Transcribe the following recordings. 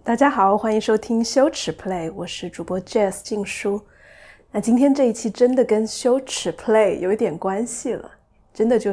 大家好，欢迎收听羞耻 Play， 我是主播 Jess 静书。那今天这一期真的跟羞耻 Play 有一点关系了，真的就是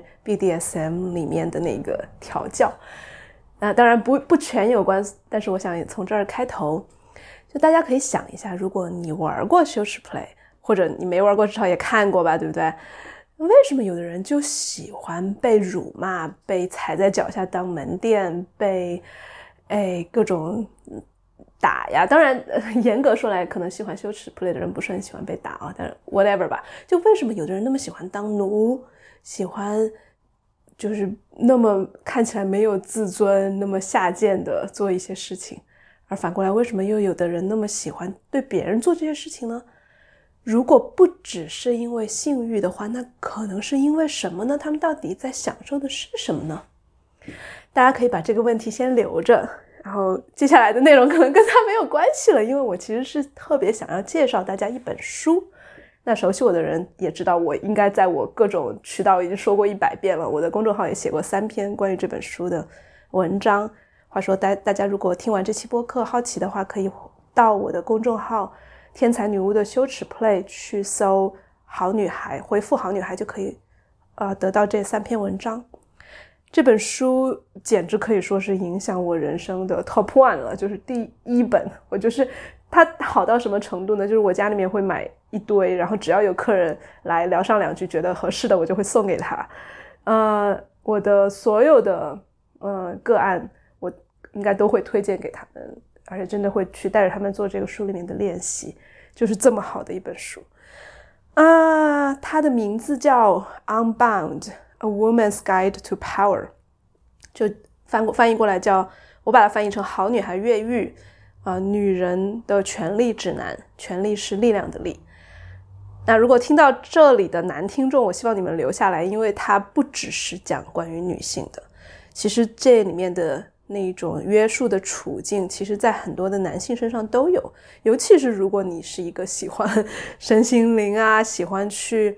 BDSM 里面的那个调教。那当然不全有关，但是我想从这儿开头，就大家可以想一下，如果你玩过羞耻 Play， 或者你没玩过至少也看过吧，对不对？为什么有的人就喜欢被辱骂，被踩在脚下当门垫，被各种打呀？当然严格说来可能喜欢羞耻 play 的人不是很喜欢被打啊，但是 whatever 吧。就为什么有的人那么喜欢当奴，喜欢就是那么看起来没有自尊，那么下贱的做一些事情，而反过来为什么又有的人那么喜欢对别人做这些事情呢？如果不只是因为性欲的话，那可能是因为什么呢？他们到底在享受的是什么呢？大家可以把这个问题先留着，然后接下来的内容可能跟它没有关系了，因为我其实是特别想要介绍大家一本书。那熟悉我的人也知道，我应该在我各种渠道已经说过100遍了，我的公众号也写过3篇关于这本书的文章。话说大家如果听完这期播客好奇的话，可以到我的公众号天才女巫的羞耻 play 去搜好女孩，回复好女孩就可以得到这3篇文章。这本书简直可以说是影响我人生的 top 1了，就是第1本。我就是它好到什么程度呢？就是我家里面会买一堆，然后只要有客人来聊上2句觉得合适的，我就会送给他。我的所有的个案我应该都会推荐给他们，而且真的会去带着他们做这个书里面的练习，就是这么好的一本书它的名字叫 Unbound A Woman's Guide to Power， 就翻译过来叫，我把它翻译成好女孩越狱女人的权利指南，权利是力量的力。那如果听到这里的男听众，我希望你们留下来，因为它不只是讲关于女性的，其实这里面的那种约束的处境，其实在很多的男性身上都有，尤其是如果你是一个喜欢身心灵喜欢去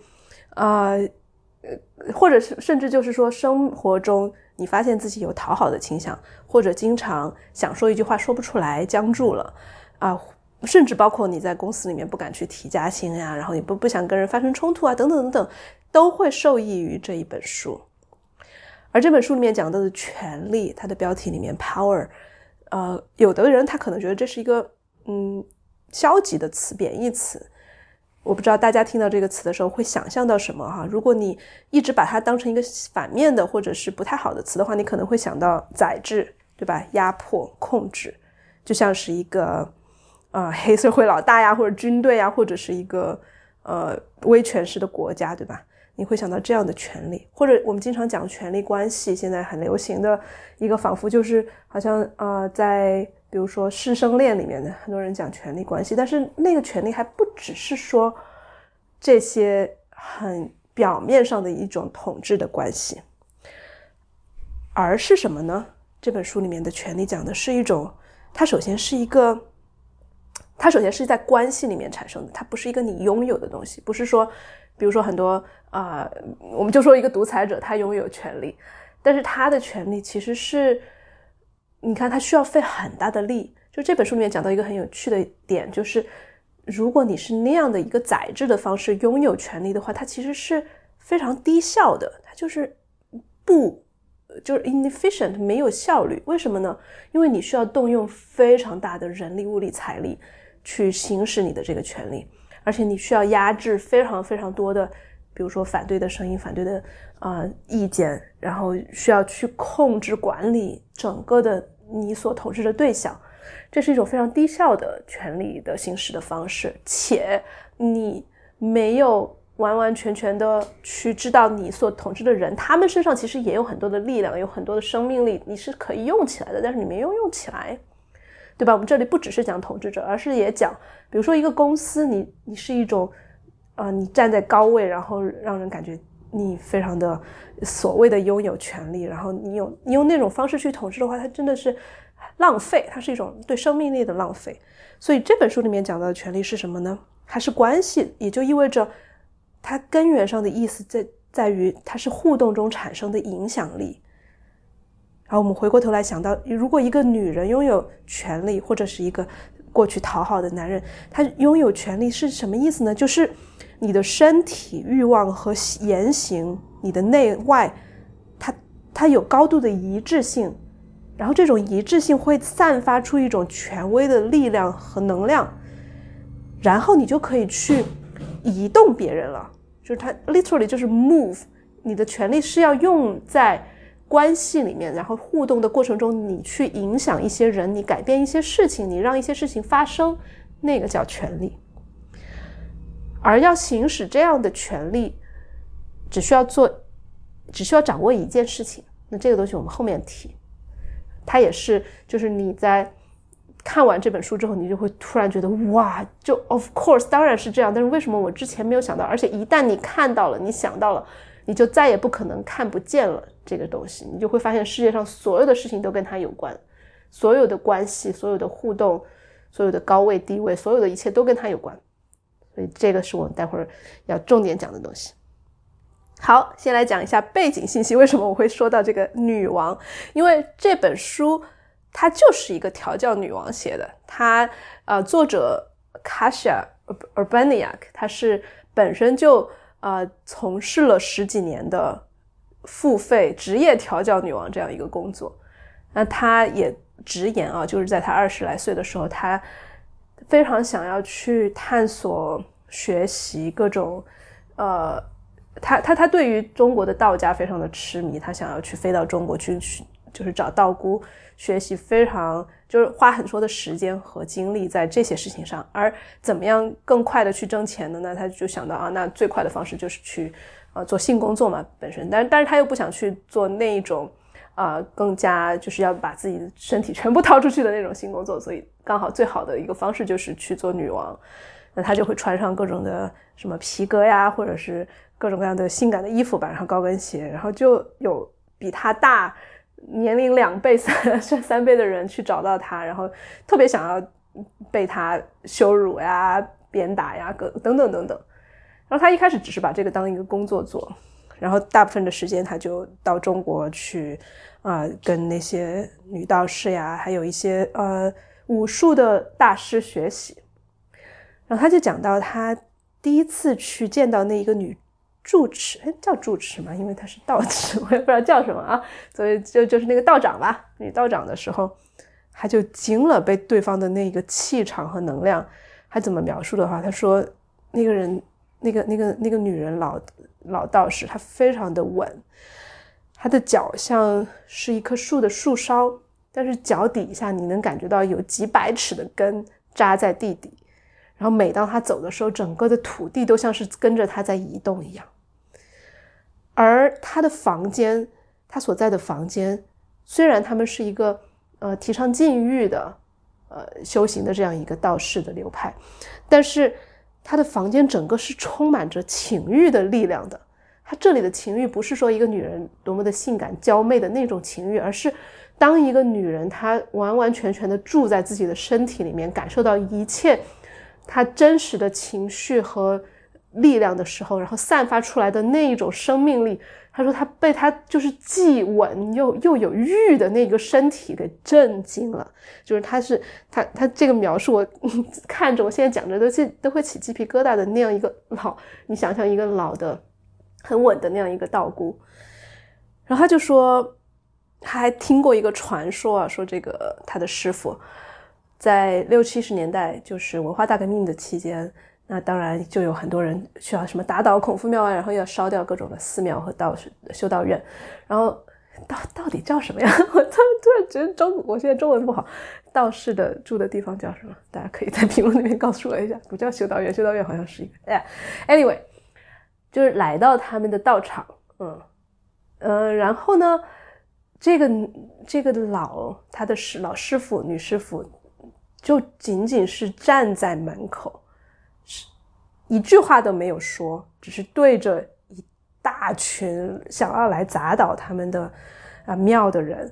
或者是甚至就是说生活中你发现自己有讨好的倾向，或者经常想说一句话说不出来，僵住了甚至包括你在公司里面不敢去提加薪呀，然后你不想跟人发生冲突等等等等，都会受益于这一本书。而这本书里面讲到的权利，它的标题里面 power， 有的人他可能觉得这是一个消极的词，贬义词。我不知道大家听到这个词的时候会想象到什么如果你一直把它当成一个反面的或者是不太好的词的话，你可能会想到宰制，对吧？压迫、控制，就像是一个黑社会老大呀，或者军队呀，或者是一个威权式的国家，对吧？你会想到这样的权利，或者我们经常讲权力关系，现在很流行的一个仿佛就是好像在比如说师生恋里面的很多人讲权力关系，但是那个权力还不只是说这些很表面上的一种统治的关系，而是什么呢？这本书里面的权力讲的是一种，它首先是在关系里面产生的，它不是一个你拥有的东西，不是说比如说很多我们就说一个独裁者他拥有权力，但是他的权力其实是你看他需要费很大的力。就这本书里面讲到一个很有趣的点，就是如果你是那样的一个宰制的方式拥有权力的话，它其实是非常低效的，它就是inefficient， 没有效率。为什么呢？因为你需要动用非常大的人力物力财力去行使你的这个权利，而且你需要压制非常非常多的比如说反对的声音，反对的意见，然后需要去控制管理整个的你所统治的对象，这是一种非常低效的权力的行使的方式，且你没有完完全全的去知道你所统治的人他们身上其实也有很多的力量，有很多的生命力，你是可以用起来的，但是你没有用起来，对吧？我们这里不只是讲统治者，而是也讲比如说一个公司，你是一种你站在高位，然后让人感觉你非常的所谓的拥有权利，然后你用那种方式去统治的话，它真的是浪费，它是一种对生命力的浪费。所以这本书里面讲到的权利是什么呢？它是关系，也就意味着它根源上的意思在于它是互动中产生的影响力。 然后我们回过头来想到，如果一个女人拥有权利，或者是一个过去讨好的男人，他拥有权利是什么意思呢？就是你的身体欲望和言行，你的内外，它有高度的一致性，然后这种一致性会散发出一种权威的力量和能量，然后你就可以去移动别人了。就是它 literally 就是 move， 你的权利是要用在关系里面，然后互动的过程中，你去影响一些人，你改变一些事情，你让一些事情发生，那个叫权利。而要行使这样的权利，只需要掌握一件事情，那这个东西我们后面提。它也是就是你在看完这本书之后，你就会突然觉得哇，就 of course 当然是这样，但是为什么我之前没有想到？而且一旦你看到了，你想到了，你就再也不可能看不见了这个东西。你就会发现世界上所有的事情都跟它有关，所有的关系，所有的互动，所有的高位低位，所有的一切都跟它有关。所以这个是我们待会儿要重点讲的东西。好，先来讲一下背景信息，为什么我会说到这个女王？因为这本书它就是一个调教女王写的，它作者 Kasia Urbaniak 她是本身就从事了10几年的付费职业调教女王这样一个工作。那她也直言就是在她20来岁的时候，她非常想要去探索学习各种他对于中国的道家非常的痴迷，他想要去飞到中国去就是找道姑学习，非常就是花很多的时间和精力在这些事情上。而怎么样更快的去挣钱呢？那他就想到那最快的方式就是去做性工作嘛本身，但是他又不想去做那一种更加就是要把自己的身体全部掏出去的那种性工作，所以刚好最好的一个方式就是去做女王。那他就会穿上各种的什么皮革呀，或者是各种各样的性感的衣服吧，然后高跟鞋，然后就有比他大年龄2倍3倍的人去找到他，然后特别想要被他羞辱呀、鞭打呀等等等等。然后他一开始只是把这个当一个工作做，然后大部分的时间他就到中国去跟那些女道士呀，还有一些武术的大师学习。然后他就讲到他第一次去见到那一个女住持，叫住持吗？因为他是道持，我也不知道叫什么所以就是那个道长吧，女道长的时候，他就惊了，被对方的那个气场和能量。他怎么描述的话，他说那个人那个女人老道士，她非常的稳，她的脚像是一棵树的树梢，但是脚底下你能感觉到有几百尺的根扎在地底。然后每当他走的时候，整个的土地都像是跟着他在移动一样。而他的房间，他所在的房间，虽然他们是一个提倡禁欲的修行的这样一个道士的流派，但是他的房间整个是充满着情欲的力量的。他这里的情欲不是说一个女人多么的性感娇媚的那种情欲，而是当一个女人她完完全全的住在自己的身体里面，感受到一切他真实的情绪和力量的时候，然後散发出来的那一种生命力，他说他被他就是既稳又有欲的那个身体给震惊了。就是他这个描述我看着我现在讲着都会起鸡皮疙瘩的那样一个你想象一个老的很稳的那样一个道姑。然后他就说他还听过一个传说说这个他的师傅在60、70年代，就是文化大革命的期间，那当然就有很多人需要什么打倒孔夫庙然后要烧掉各种的寺庙和修道院。然后到底叫什么呀？我突然觉得我现在中文不好，道士的住的地方叫什么？大家可以在评论里面告诉我一下。不叫修道院，修道院好像是一个anyway， 就是来到他们的道场，然后呢，这个他的老师傅女师傅就仅仅是站在门口，一句话都没有说，只是对着一大群想要来砸倒他们的庙的人，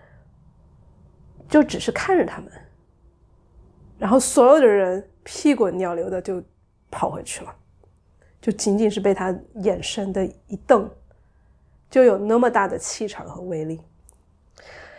就只是看着他们，然后所有的人屁滚尿流的就跑回去了，就仅仅是被他眼神的一瞪，就有那么大的气场和威力。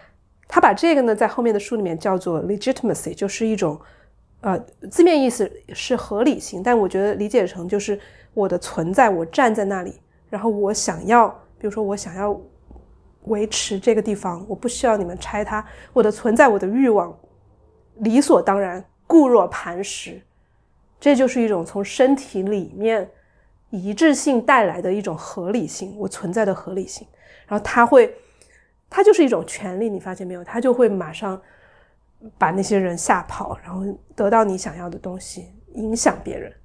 他把这个呢在后面的书里面叫做 legitimacy， 就是一种字面意思是合理性，但我觉得理解成就是我的存在，我站在那里，然后我想要，比如说我想要维持这个地方，我不需要你们拆它，我的存在，我的欲望理所当然，固若磐石，这就是一种从身体里面一致性带来的一种合理性，我存在的合理性。然后它就是一种权利，你发现没有？它就会马上把那些人吓跑，然后得到你想要的东西，影响别人。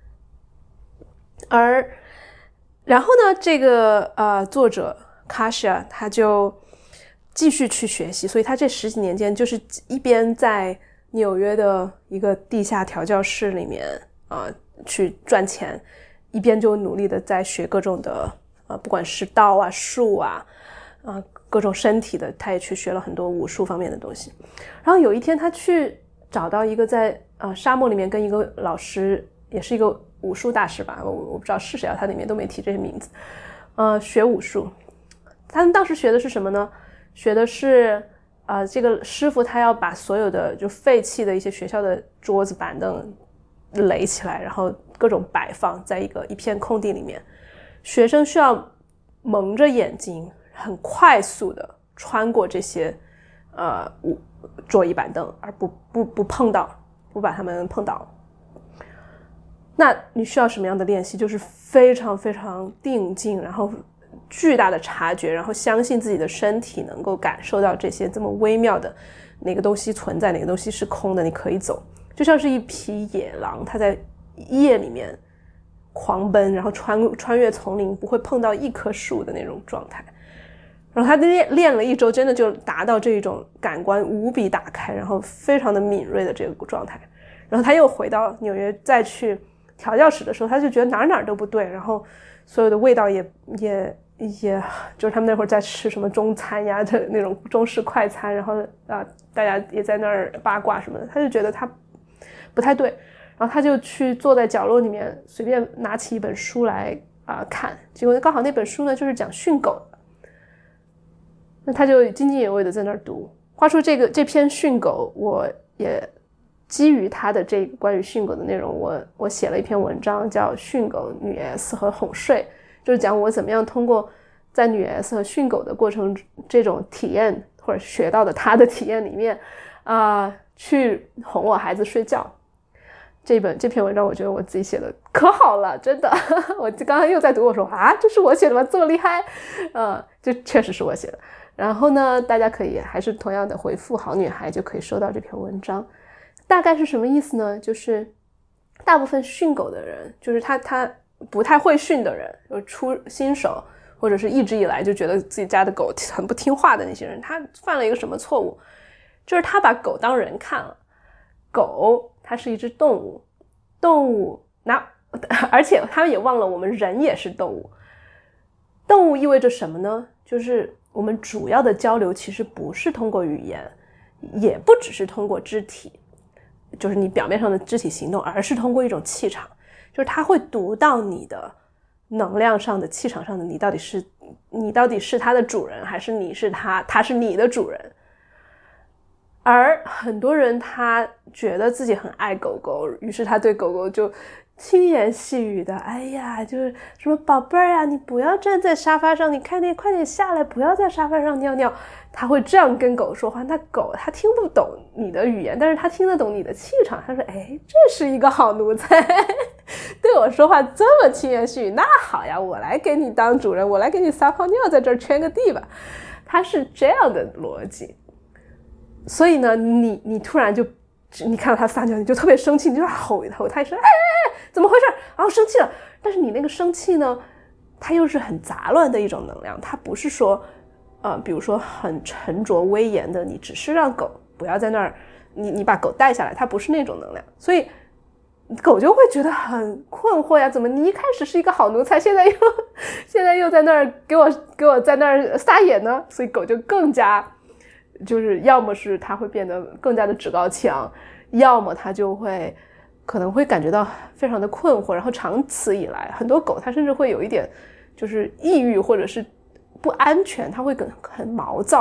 然后呢，这个作者 Kasia 他就继续去学习，所以他这10几年间就是一边在纽约的一个地下调教室里面去赚钱，一边就努力的在学各种的不管是道啊术啊各种身体的，他也去学了很多武术方面的东西。然后有一天他去找到一个在沙漠里面跟一个老师，也是一个武术大师吧，我不知道是谁他里面都没提这些名字，学武术。他们当时学的是什么呢？学的是这个师傅他要把所有的就废弃的一些学校的桌子板凳垒起来，然后各种摆放在一片空地里面，学生需要蒙着眼睛很快速的穿过这些桌椅板凳，而不碰到，不把他们碰倒。那你需要什么样的练习？就是非常非常定静，然后巨大的察觉，然后相信自己的身体能够感受到这些这么微妙的哪个东西存在，哪个东西是空的，你可以走，就像是一匹野狼，它在夜里面狂奔，然后穿越丛林，不会碰到一棵树的那种状态。然后他练了1周，真的就达到这种感官无比打开，然后非常的敏锐的这个状态。然后他又回到纽约再去调教室的时候，他就觉得哪都不对，然后所有的味道也就是他们那会儿在吃什么中餐呀的那种中式快餐，然后大家也在那儿八卦什么的，他就觉得他不太对。然后他就去坐在角落里面随便拿起一本书来看，结果刚好那本书呢就是讲训狗的，那他就津津有味的在那儿读。话说这篇训狗，我也基于他的这个关于训狗的内容，我写了一篇文章叫训狗、女 S 和哄睡，就是讲我怎么样通过在女 S 和训狗的过程这种体验或者学到的他的体验里面去哄我孩子睡觉。这篇文章我觉得我自己写的可好了，真的我刚刚又在读，我说这是我写的吗？这么厉害？这确实是我写的。然后呢，大家可以还是同样的回复好女孩就可以收到这篇文章。大概是什么意思呢？就是大部分训狗的人，就是他不太会训的人，就新手或者是一直以来就觉得自己家的狗很不听话的那些人，他犯了一个什么错误？就是他把狗当人看了。狗它是一只动物，而且他们也忘了我们人也是动物。动物意味着什么呢？就是我们主要的交流其实不是通过语言，也不只是通过肢体，就是你表面上的肢体行动，而是通过一种气场，就是它会读到你的能量上的气场上的你到底是它的主人，还是你是它是你的主人。而很多人他觉得自己很爱狗狗，于是他对狗狗就轻言细语的，哎呀，就是什么宝贝儿呀，你不要站在沙发上，你快点下来，不要在沙发上尿尿。他会这样跟狗说话，那狗他听不懂你的语言，但是他听得懂你的气场。他说，哎，这是一个好奴才，对我说话这么轻言细语，那好呀，我来给你当主人，我来给你撒泡尿，在这儿圈个地吧。他是这样的逻辑。所以呢，你突然就你看到他撒尿，你就特别生气，你就吼一吼，他一说哎，怎么回事？然后生气了。但是你那个生气呢，它又是很杂乱的一种能量，它不是说比如说很沉着威严的，你只是让狗不要在那儿，你把狗带下来，它不是那种能量。所以狗就会觉得很困惑呀，怎么你一开始是一个好奴才，现在又在那儿给我在那儿撒野呢？所以狗就更加就是要么是它会变得更加的趾高气昂，要么它就会可能会感觉到非常的困惑，然后长此以来很多狗它甚至会有一点就是抑郁或者是不安全，它会很毛躁，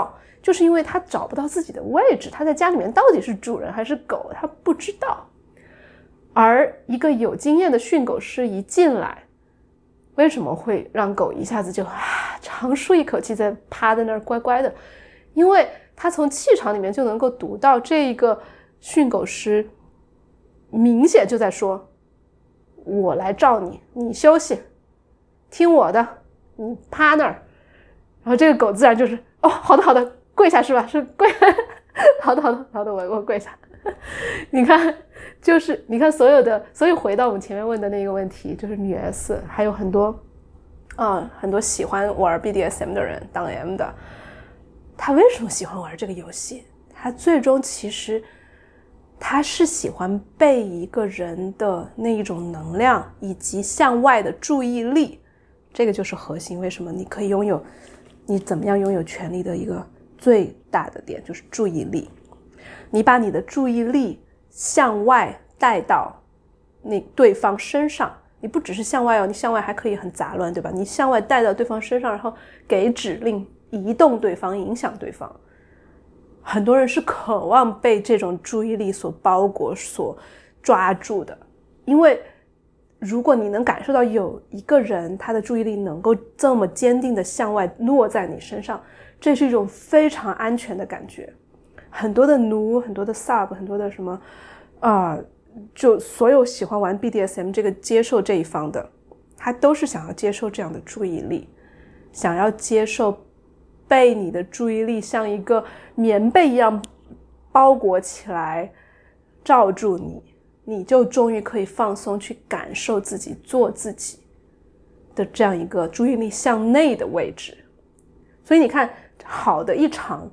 就是因为他找不到自己的位置，他在家里面到底是主人还是狗，他不知道。而一个有经验的训狗师一进来，为什么会让狗一下子就长舒一口气，再趴在那儿乖乖的？因为他从气场里面就能够读到这一个训狗师明显就在说，我来照你，你休息，听我的，你趴那儿。然后这个狗自然就是好的好的，跪下是吧？是跪好的我跪下。你看，就是你看所以回到我们前面问的那个问题，就是女 S 还有很多喜欢玩 BDSM 的人，当 M 的，他为什么喜欢玩这个游戏？他最终其实他是喜欢被一个人的那一种能量以及向外的注意力，这个就是核心。为什么你可以拥有，你怎么样拥有权力的一个最大的点，就是注意力。你把你的注意力向外带到你对方身上，你不只是向外你向外还可以很杂乱，对吧？你向外带到对方身上，然后给指令，移动对方，影响对方。很多人是渴望被这种注意力所包裹、所抓住的，因为如果你能感受到有一个人他的注意力能够这么坚定的向外落在你身上，这是一种非常安全的感觉。很多的奴，很多的 sub， 很多的什么就所有喜欢玩 BDSM 这个接受这一方的，他都是想要接受这样的注意力，想要接受被你的注意力像一个棉被一样包裹起来罩住你，你就终于可以放松去感受自己，做自己的这样一个注意力向内的位置。所以你看，好的一场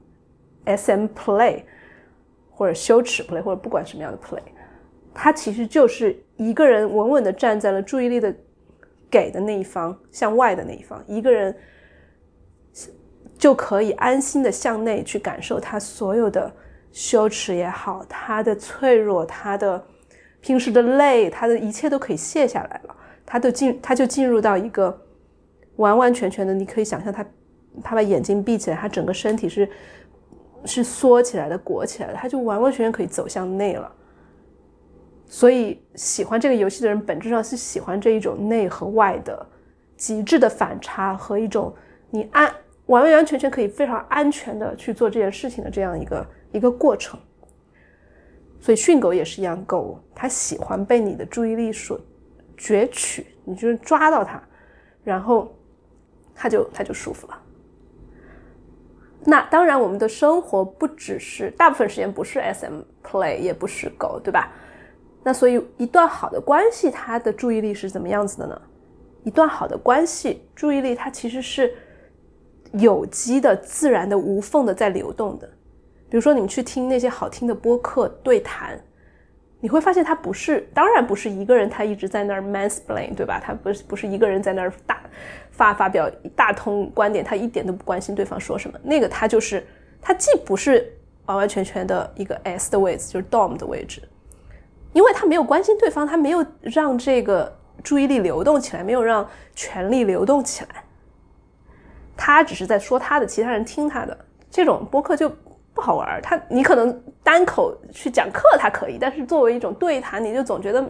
SM play 或者羞耻 play 或者不管什么样的 play， 它其实就是一个人稳稳地站在了注意力的给的那一方，向外的那一方，一个人就可以安心的向内去感受他所有的羞耻也好，他的脆弱，他的平时的累，他的一切都可以卸下来了，他就进入到一个完完全全的，你可以想象他把眼睛闭起来，他整个身体是缩起来的，裹起来的，他就完完全全可以走向内了。所以喜欢这个游戏的人本质上是喜欢这一种内和外的极致的反差和一种你完完全全可以非常安全的去做这件事情的这样一个过程。所以训狗也是一样，狗它喜欢被你的注意力所攫取，你就是抓到它，然后它就舒服了。那当然我们的生活不只是大部分时间不是 SM play， 也不是狗，对吧？那所以一段好的关系它的注意力是怎么样子的呢？一段好的关系注意力它其实是有机的、自然的、无缝的在流动的。比如说你们去听那些好听的播客对谈，你会发现他当然不是一个人他一直在那儿 mansplain， 对吧？他不是一个人在那儿发表一大通观点，他一点都不关心对方说什么。那个他既不是完完全全的一个 S 的位置，就是 Dom 的位置，因为他没有关心对方，他没有让这个注意力流动起来，没有让权力流动起来，他只是在说他的，其他人听他的。这种播客就不好玩，你可能单口去讲课它可以，但是作为一种对谈，你就总觉得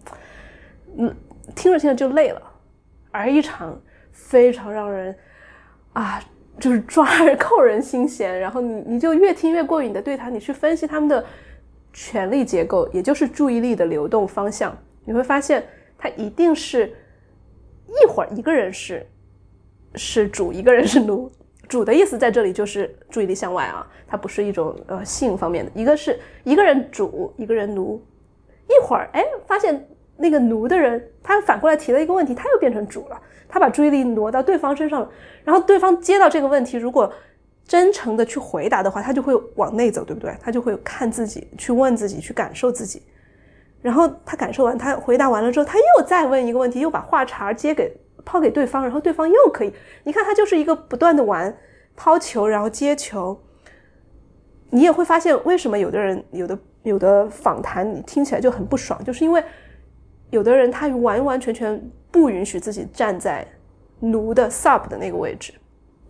听着听着就累了。而一场非常让人就是抓耳扣人心弦，然后你就越听越过瘾的对谈，你去分析他们的权力结构，也就是注意力的流动方向，你会发现它一定是一会儿一个人是主，一个人是奴。主的意思在这里就是注意力向外啊，它不是一种性方面的，一个是一个人主，一个人奴。一会儿发现那个奴的人他反过来提了一个问题，他又变成主了，他把注意力挪到对方身上了，然后对方接到这个问题，如果真诚的去回答的话，他就会往内走，对不对？他就会看自己，去问自己，去感受自己。然后他感受完，他回答完了之后，他又再问一个问题，又把话茬抛给对方，然后对方又可以，你看他就是一个不断的玩抛球然后接球。你也会发现为什么有的人有的访谈你听起来就很不爽，就是因为有的人他完完全全不允许自己站在奴的 sub 的那个位置。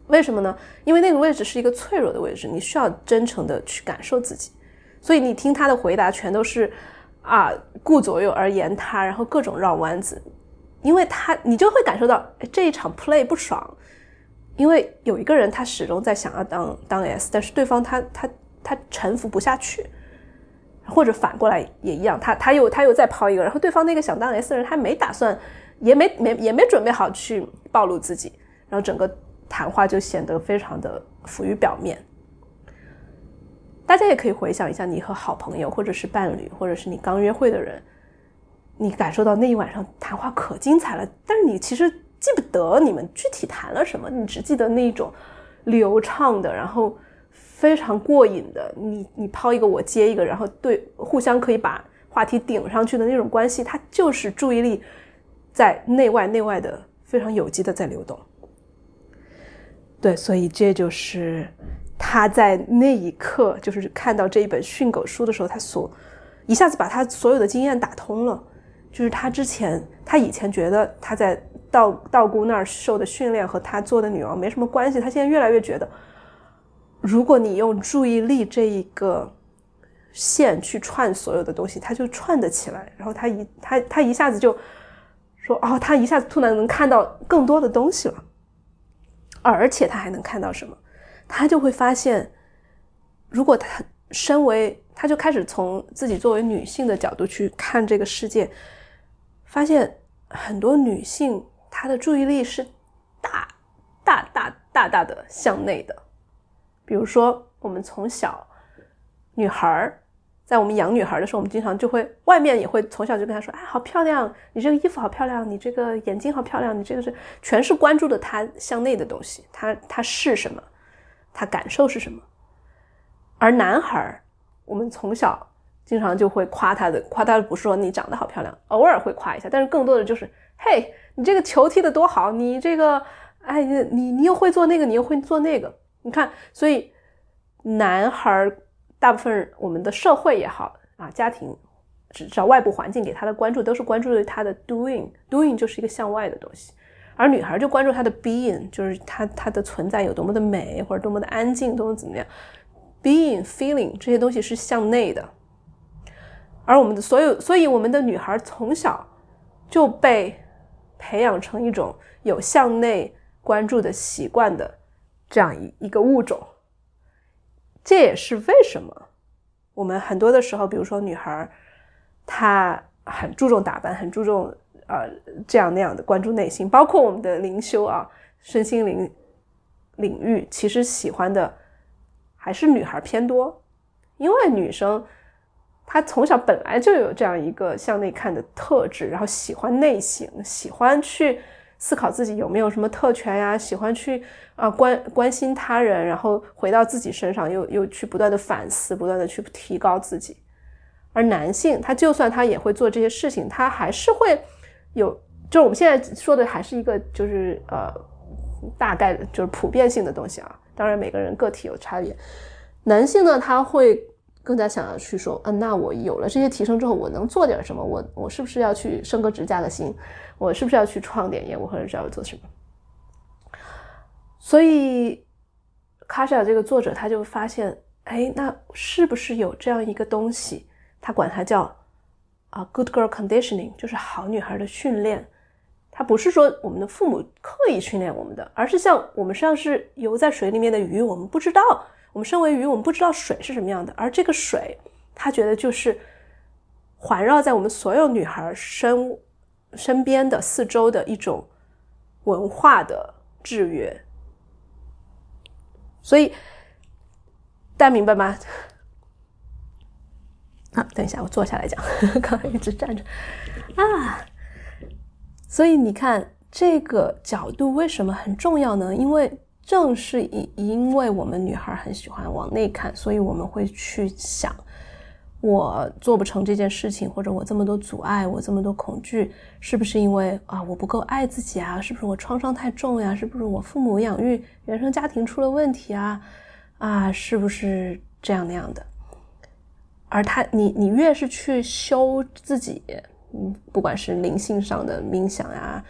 为什么呢？因为那个位置是一个脆弱的位置，你需要真诚的去感受自己。所以你听他的回答全都是顾左右而言他，然后各种绕弯子，因为你就会感受到这一场 play 不爽，因为有一个人他始终在想要当 S， 但是对方他臣服不下去，或者反过来也一样，他又再抛一个，然后对方那个想当 S 的人他没打算，也没准备好去暴露自己，然后整个谈话就显得非常的浮于表面。大家也可以回想一下，你和好朋友或者是伴侣或者是你刚约会的人，你感受到那一晚上谈话可精彩了，但是你其实记不得你们具体谈了什么，你只记得那种流畅的，然后非常过瘾的，你抛一个我接一个，然后互相可以把话题顶上去的那种关系，它就是注意力在内外的非常有机的在流动。对，所以这就是他在那一刻，就是看到这一本训狗书的时候，他一下子把他所有的经验打通了。就是他以前觉得他在道姑那儿受的训练和他做的女王没什么关系，他现在越来越觉得，如果你用注意力这一个线去串所有的东西，他就串得起来。然后他一下子就说他一下子突然能看到更多的东西了。而且他还能看到什么？他就会发现，如果他就开始从自己作为女性的角度去看这个世界，发现很多女性她的注意力是大的向内的。比如说我们从小女孩，在我们养女孩的时候，我们经常就会外面也会从小就跟她说，好漂亮，你这个衣服好漂亮，你这个眼睛好漂亮，你这个全是关注的她向内的东西，她是什么，她感受是什么。而男孩，我们从小经常就会夸他的不是说你长得好漂亮，偶尔会夸一下，但是更多的就是嘿，你这个球踢得多好，你这个你又会做那个，你又会做那个。你看，所以男孩大部分我们的社会也好家庭至少外部环境给他的关注都是关注于他的 doing 就是一个向外的东西，而女孩就关注他的 being， 就是他的存在有多么的美，或者多么的安静，多么怎么样。being feeling 这些东西是向内的，而我们的所以我们的女孩从小就被培养成一种有向内关注的习惯的这样一个物种。这也是为什么我们很多的时候，比如说女孩她很注重打扮，很注重这样那样的关注内心，包括我们的灵修身心灵领域，其实喜欢的还是女孩偏多。因为女生她从小本来就有这样一个向内看的特质，然后喜欢内省，喜欢去思考自己有没有什么特权呀，喜欢去关心他人，然后回到自己身上又去不断的反思，不断的去提高自己。而男性他就算他也会做这些事情，他还是会有，就是我们现在说的还是一个就是大概就是普遍性的东西当然每个人个体有差别。男性呢，他会更加想要去说那我有了这些提升之后，我能做点什么，我是不是要去升个职加个薪，我是不是要去创点业务，或者是要做什么。所以卡西亚这个作者他就发现那是不是有这样一个东西，他管它叫good girl conditioning， 就是好女孩的训练。它不是说我们的父母刻意训练我们的，而是像我们像是游在水里面的鱼，我们不知道，我们身为鱼，我们不知道水是什么样的，而这个水他觉得就是环绕在我们所有女孩身边的四周的一种文化的制约。所以大家明白吗？等一下我坐下来讲，刚才一直站着所以你看这个角度为什么很重要呢？因为正是因为我们女孩很喜欢往内看，所以我们会去想，我做不成这件事情，或者我这么多阻碍，我这么多恐惧，是不是因为我不够爱自己是不是我创伤太重呀？是不是我父母养育原生家庭出了问题是不是这样那样的？而你越是去修自己，不管是灵性上的冥想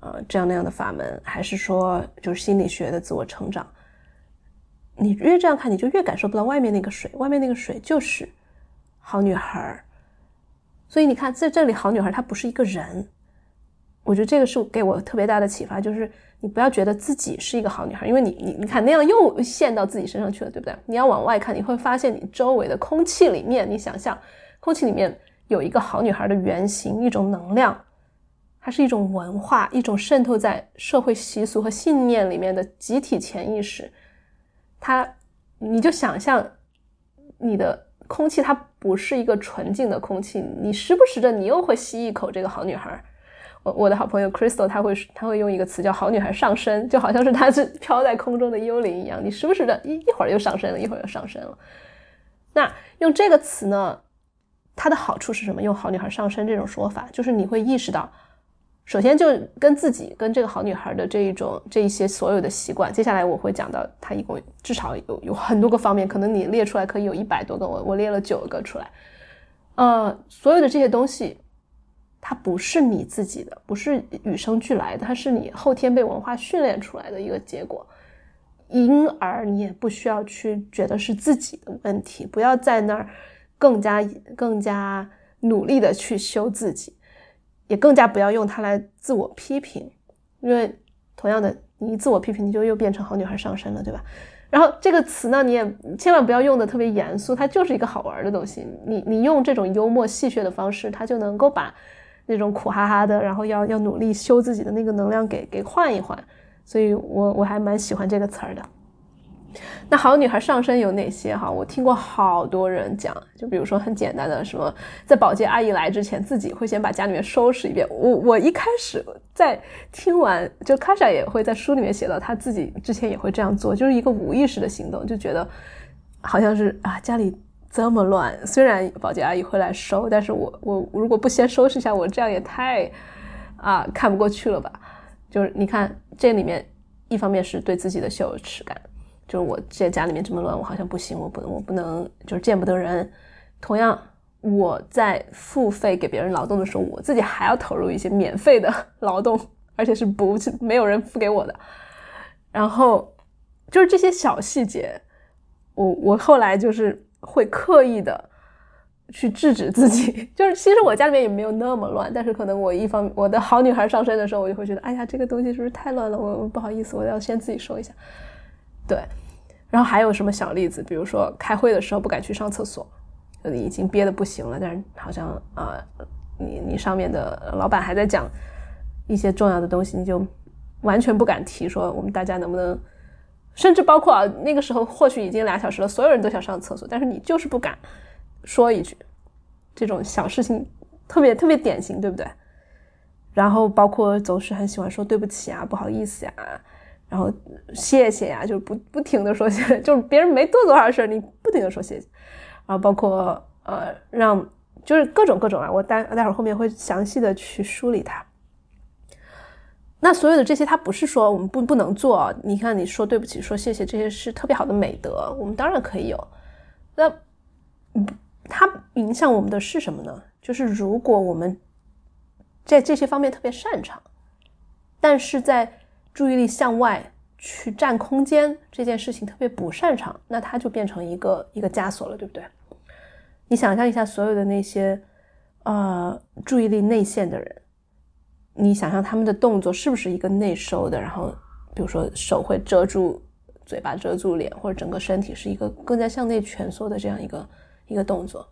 这样那样的法门，还是说就是心理学的自我成长，你越这样看，你就越感受不到外面那个水，外面那个水就是好女孩。所以你看在这里好女孩她不是一个人，我觉得这个是给我特别大的启发，就是你不要觉得自己是一个好女孩，因为你看那样又陷到自己身上去了，对不对？你要往外看，你会发现你周围的空气里面，你想象空气里面有一个好女孩的原型，一种能量，它是一种文化，一种渗透在社会习俗和信念里面的集体潜意识。你就想象你的空气它不是一个纯净的空气，你时不时的你又会吸一口这个好女孩。我的好朋友 Crystal 他会用一个词叫好女孩上身，就好像是她是飘在空中的幽灵一样，你时不时的一会儿又上身了，一会儿又上身了。那用这个词呢，它的好处是什么？用好女孩上身这种说法，就是你会意识到，首先就跟自己跟这个好女孩的这一些所有的习惯，接下来我会讲到它一共至少有很多个方面，可能你列出来可以有100多个，我列了9个出来。所有的这些东西它不是你自己的，不是与生俱来的，它是你后天被文化训练出来的一个结果，因而你也不需要去觉得是自己的问题，不要在那儿更加努力的去修自己，也更加不要用它来自我批评，因为同样的你一自我批评，你就又变成好女孩上身了，对吧？然后这个词呢，你也千万不要用的特别严肃，它就是一个好玩的东西，你用这种幽默戏谑的方式，它就能够把那种苦哈哈的，然后要努力修自己的那个能量给换一换，所以我还蛮喜欢这个词儿的。那好女孩上身有哪些哈？我听过好多人讲，就比如说很简单的什么，在保洁阿姨来之前，自己会先把家里面收拾一遍。我一开始在听完，就卡莎也会在书里面写到，她自己之前也会这样做，就是一个无意识的行动，就觉得好像是家里这么乱，虽然保洁阿姨会来收，但是我如果不先收拾一下，我这样也太看不过去了吧。就是你看这里面一方面是对自己的羞耻感，就是我这家里面这么乱，我好像不行，我不能就是见不得人。同样我在付费给别人劳动的时候，我自己还要投入一些免费的劳动，而且是没有人付给我的。然后就是这些小细节，我后来就是会刻意的去制止自己，就是其实我家里面也没有那么乱，但是可能我的好女孩上身的时候，我就会觉得哎呀这个东西是不是太乱了，我不好意思，我要先自己收一下。对，然后还有什么小例子，比如说开会的时候不敢去上厕所，你已经憋得不行了，但是好像你上面的老板还在讲一些重要的东西，你就完全不敢提说我们大家能不能，甚至包括那个时候或许已经2小时了，所有人都想上厕所，但是你就是不敢说一句，这种小事情特别特别典型，对不对？然后包括总是很喜欢说对不起啊，不好意思啊，然后谢谢呀，就不停的说谢谢，就是别人没做多少事，你不停的说谢谢。然后包括就是各种我待会儿后面会详细的去梳理它。那所有的这些它不是说我们不能做，你看你说对不起说谢谢，这些是特别好的美德，我们当然可以有。那它影响我们的是什么呢？就是如果我们在这些方面特别擅长，但是在注意力向外去占空间这件事情特别不擅长，那它就变成一个枷锁了，对不对？你想象一下所有的那些注意力内陷的人，你想象他们的动作是不是一个内收的，然后比如说手会遮住嘴巴，遮住脸，或者整个身体是一个更加向内蜷缩的这样一个动作。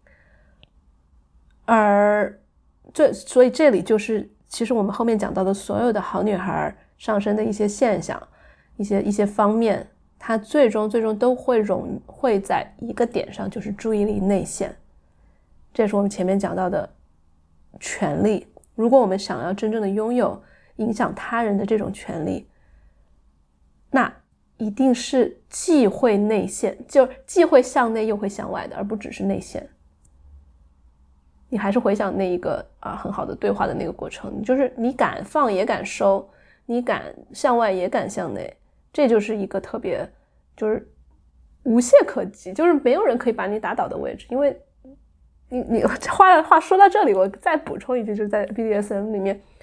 所以这里就是其实我们后面讲到的所有的好女孩上升的一些现象，一些方面，它最终都会在一个点上，就是注意力内陷。这也是我们前面讲到的权利。如果我们想要真正的拥有影响他人的这种权利，那一定是既会内陷，就既会向内又会向外的，而不只是内陷。你还是回想那一个很好的对话的那个过程，就是你敢放也敢收，你敢向外也敢向内，这就是一个特别就是无懈可击，就是没有人可以把你打倒的位置。因为你话说到这里，我再补充一句，就是在 BDSM 里面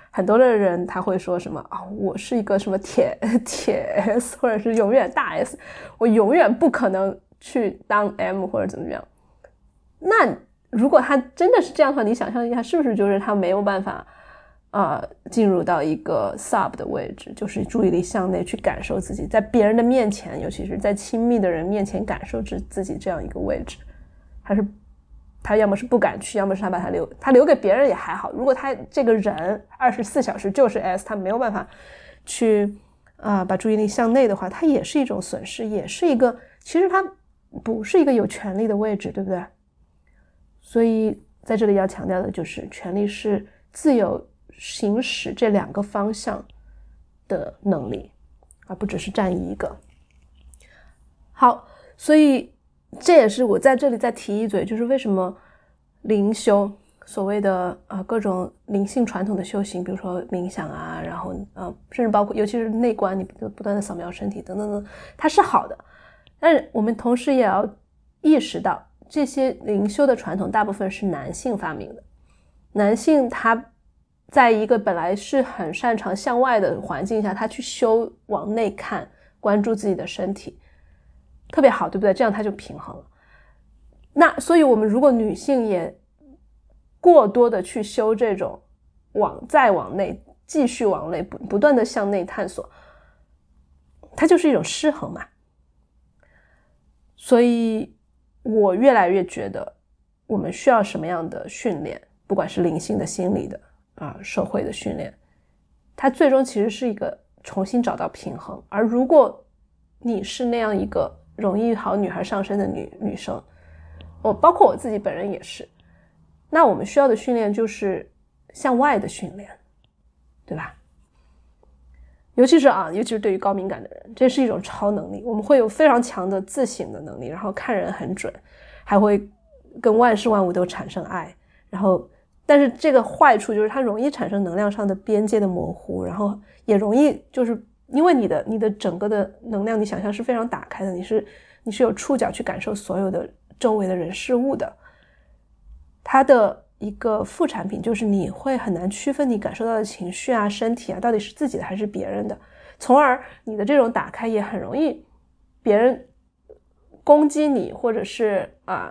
很多的人他会说什么啊，我是一个什么铁 S 或者是永远大 S， 我永远不可能去当 M 或者怎么样。那如果他真的是这样的话，你想象一下，是不是就是他没有办法进入到一个 sub 的位置，就是注意力向内去感受自己，在别人的面前，尤其是在亲密的人面前感受自己这样一个位置，还是他要么是不敢去，要么是他把他留给别人也还好。如果他这个人24小时就是 S， 他没有办法去把注意力向内的话，他也是一种损失，也是一个其实他不是一个有权利的位置，对不对？所以在这里要强调的就是权利是自由行使这两个方向的能力，而不只是占一个。好，所以这也是我在这里再提一嘴，就是为什么灵修所谓的各种灵性传统的修行，比如说冥想啊，然后甚至包括尤其是内观，你不断的扫描身体等等等，它是好的。但是我们同时也要意识到，这些灵修的传统大部分是男性发明的。男性他在一个本来是很擅长向外的环境下，他去修往内看，关注自己的身体，特别好，对不对？这样他就平衡了。那所以我们如果女性也过多的去修这种再往内，继续往内，不断的向内探索，它就是一种失衡嘛。所以我越来越觉得我们需要什么样的训练，不管是灵性的、心理的社会的训练，它最终其实是一个重新找到平衡。而如果你是那样一个容易好女孩上身的女生，包括我自己本人也是，那我们需要的训练就是向外的训练，对吧？尤其是对于高敏感的人，这是一种超能力。我们会有非常强的自省的能力，然后看人很准，还会跟万事万物都产生爱。然后但是这个坏处就是它容易产生能量上的边界的模糊，然后也容易就是因为你的整个的能量，你想象是非常打开的，你是有触角去感受所有的周围的人事物的。它的一个副产品就是你会很难区分你感受到的情绪身体到底是自己的还是别人的，从而你的这种打开也很容易别人攻击你，或者是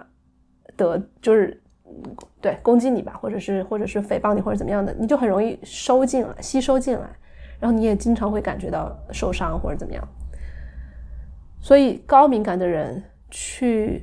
就是对攻击你吧，或者是诽谤你或者怎么样的，你就很容易吸收进来，然后你也经常会感觉到受伤或者怎么样。所以高敏感的人去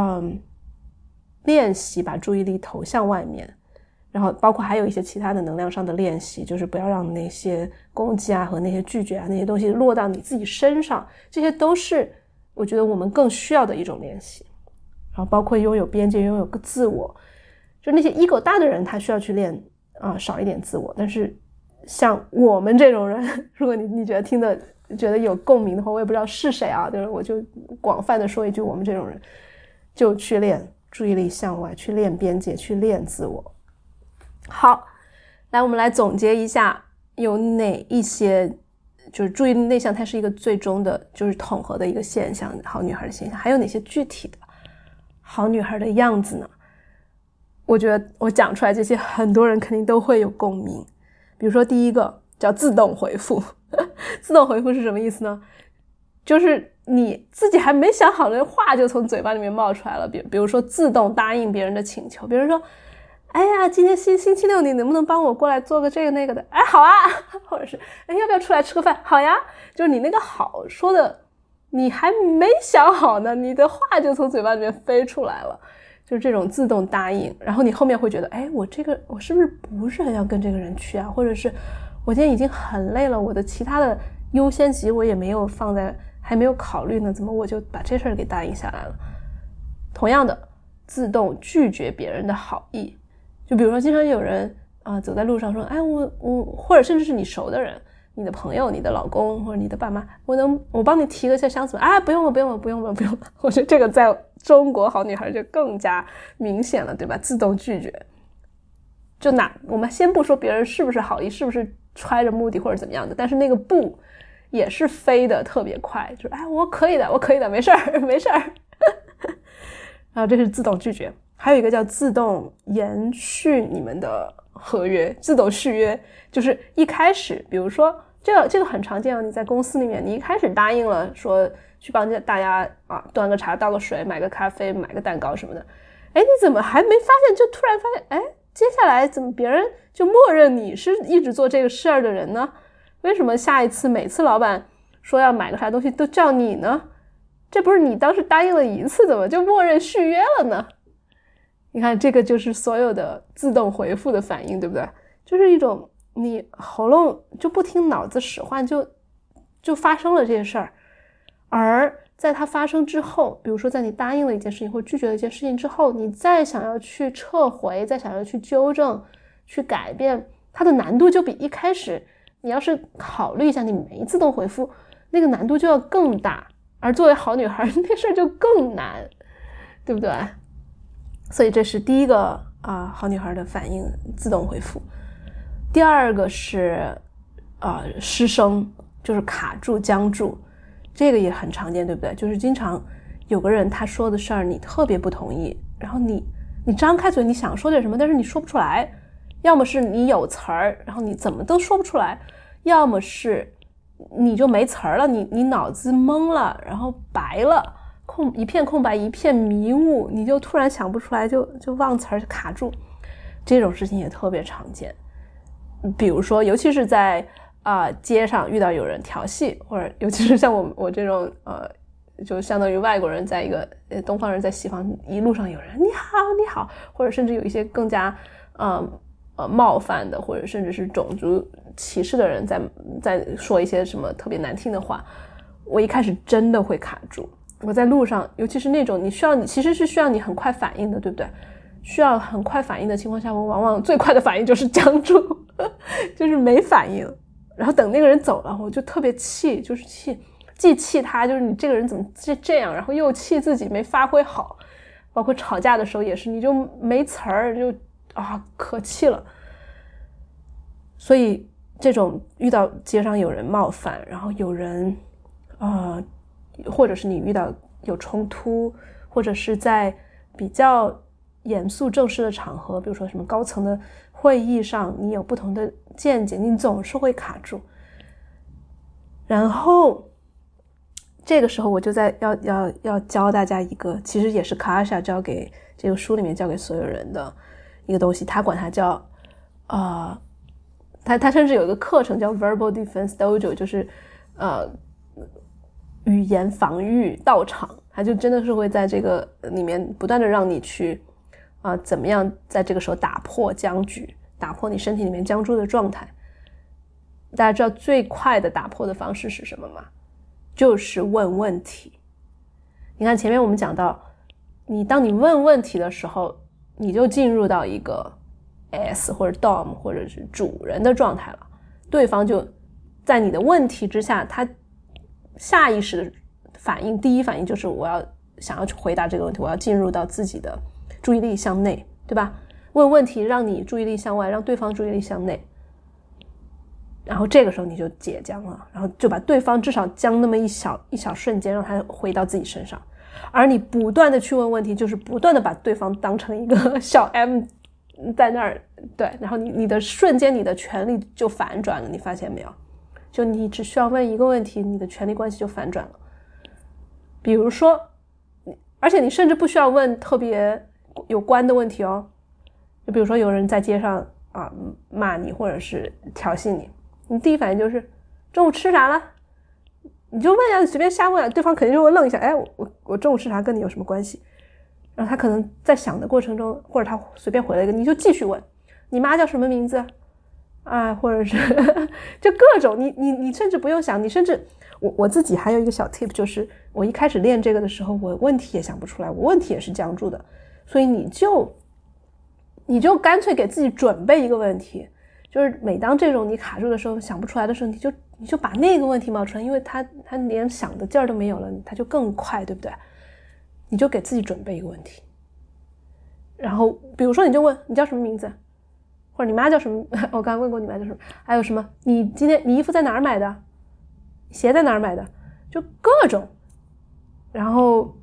练习把注意力投向外面，然后包括还有一些其他的能量上的练习，就是不要让那些攻击和那些拒绝那些东西落到你自己身上，这些都是我觉得我们更需要的一种练习。然后包括拥有边界，拥有个自我，就那些 ego 大的人他需要去练少一点自我，但是像我们这种人，如果你觉得有共鸣的话，我也不知道是谁就是我就广泛的说一句，我们这种人就去练注意力向外，去练边界，去练自我。好，来我们来总结一下有哪一些就是注意力内向，它是一个最终的就是统合的一个现象，好女孩的现象，还有哪些具体的好女孩的样子呢？我觉得我讲出来这些很多人肯定都会有共鸣。比如说第一个叫自动回复自动回复是什么意思呢？就是你自己还没想好的话就从嘴巴里面冒出来了。比如说自动答应别人的请求，比如说哎呀今天星期六你能不能帮我过来做个这个那个的，好啊，或者是要不要出来吃个饭，好呀，就是你那个好说的你还没想好呢，你的话就从嘴巴里面飞出来了，就是这种自动答应。然后你后面会觉得我是不是很想跟这个人去或者是我今天已经很累了，我的其他的优先级我也没有放在，还没有考虑呢，怎么我就把这事儿给答应下来了。同样的，自动拒绝别人的好意，就比如说经常有人走在路上说我或者甚至是你熟的人，你的朋友，你的老公或者你的爸妈，我帮你提个箱子吧，不用了。我觉得这个在中国好女孩就更加明显了，对吧？自动拒绝。就我们先不说别人是不是好意，是不是揣着目的或者怎么样的，但是那个不也是飞得特别快，就是我可以的，没事儿然后这是自动拒绝。还有一个叫自动延续你们的合约，自动续约，就是一开始比如说这个很常见啊，你在公司里面你一开始答应了说去帮大家端个茶倒个水买个咖啡买个蛋糕什么的，你怎么还没发现就突然发现接下来怎么别人就默认你是一直做这个事儿的人呢？为什么下一次每次老板说要买个啥东西都叫你呢？这不是你当时答应了一次，怎么就默认续约了呢？你看这个就是所有的自动回复的反应，对不对？就是一种你喉咙就不听脑子使唤，就发生了这些事儿。而在它发生之后，比如说在你答应了一件事情或拒绝了一件事情之后，你再想要去撤回，再想要去纠正去改变，它的难度就比一开始你要是考虑一下你没自动回复那个难度就要更大，而作为好女孩那事儿就更难，对不对？所以这是第一个好女孩的反应，自动回复。第二个是失声，就是卡住僵住，这个也很常见，对不对？就是经常有个人他说的事儿你特别不同意，然后你张开嘴你想说点什么，但是你说不出来，要么是你有词儿然后你怎么都说不出来，要么是你就没词儿了，你脑子懵了，然后白了，一片空白，一片迷雾，你就突然想不出来，就忘词儿，就卡住。这种事情也特别常见。比如说尤其是在街上遇到有人调戏，或者尤其是像我这种就相当于外国人在一个东方人在西方，一路上有人你好你好，或者甚至有一些更加冒犯的或者甚至是种族歧视的人在说一些什么特别难听的话，我一开始真的会卡住。我在路上尤其是那种你其实是需要你很快反应的，对不对？需要很快反应的情况下，我往往最快的反应就是僵住就是没反应，然后等那个人走了我就特别气，就是既气他就是你这个人怎么这样，然后又气自己没发挥好，包括吵架的时候也是，你就没词儿，就可气了。所以这种遇到街上有人冒犯，然后有人或者是你遇到有冲突，或者是在比较严肃正式的场合，比如说什么高层的会议上你有不同的见解，你总是会卡住。然后这个时候我就要教大家一个，其实也是卡莎教给这个书里面教给所有人的一个东西，他管它叫他甚至有一个课程叫 Verbal Defense Dojo， 就是语言防御道场，他就真的是会在这个里面不断的让你去怎么样在这个时候打破僵局，打破你身体里面僵住的状态。大家知道最快的打破的方式是什么吗？就是问问题。你看前面我们讲到，当你问问题的时候，你就进入到一个 S 或者 Dom 或者是主人的状态了，对方就在你的问题之下，他下意识的反应，第一反应就是想要去回答这个问题，我要进入到自己的注意力向内，对吧？问问题让你注意力向外，让对方注意力向内，然后这个时候你就解僵了，然后就把对方至少僵那么一小瞬间，让他回到自己身上。而你不断的去问问题，就是不断的把对方当成一个小 M 在那儿，对，然后你的瞬间你的权力就反转了，你发现没有？就你只需要问一个问题，你的权力关系就反转了。比如说，而且你甚至不需要问特别有关的问题哦，就比如说有人在街上骂你或者是调戏你，你第一反应就是中午吃啥了？你就问呀，随便瞎问，对方肯定就会愣一下，我中午吃啥跟你有什么关系？然后他可能在想的过程中，或者他随便回了一个，你就继续问，你妈叫什么名字或者是就各种你甚至不用想，你甚至我自己还有一个小 tip， 就是我一开始练这个的时候，我问题也想不出来，我问题也是僵住的，所以你就干脆给自己准备一个问题，就是每当这种你卡住的时候想不出来的时候，你就把那个问题冒出来，因为他连想的劲儿都没有了，他就更快，对不对？你就给自己准备一个问题，然后比如说你就问你叫什么名字，或者你妈叫什么我刚刚问过你妈叫什么，还有什么你今天你衣服在哪儿买的，鞋在哪儿买的，就各种。然后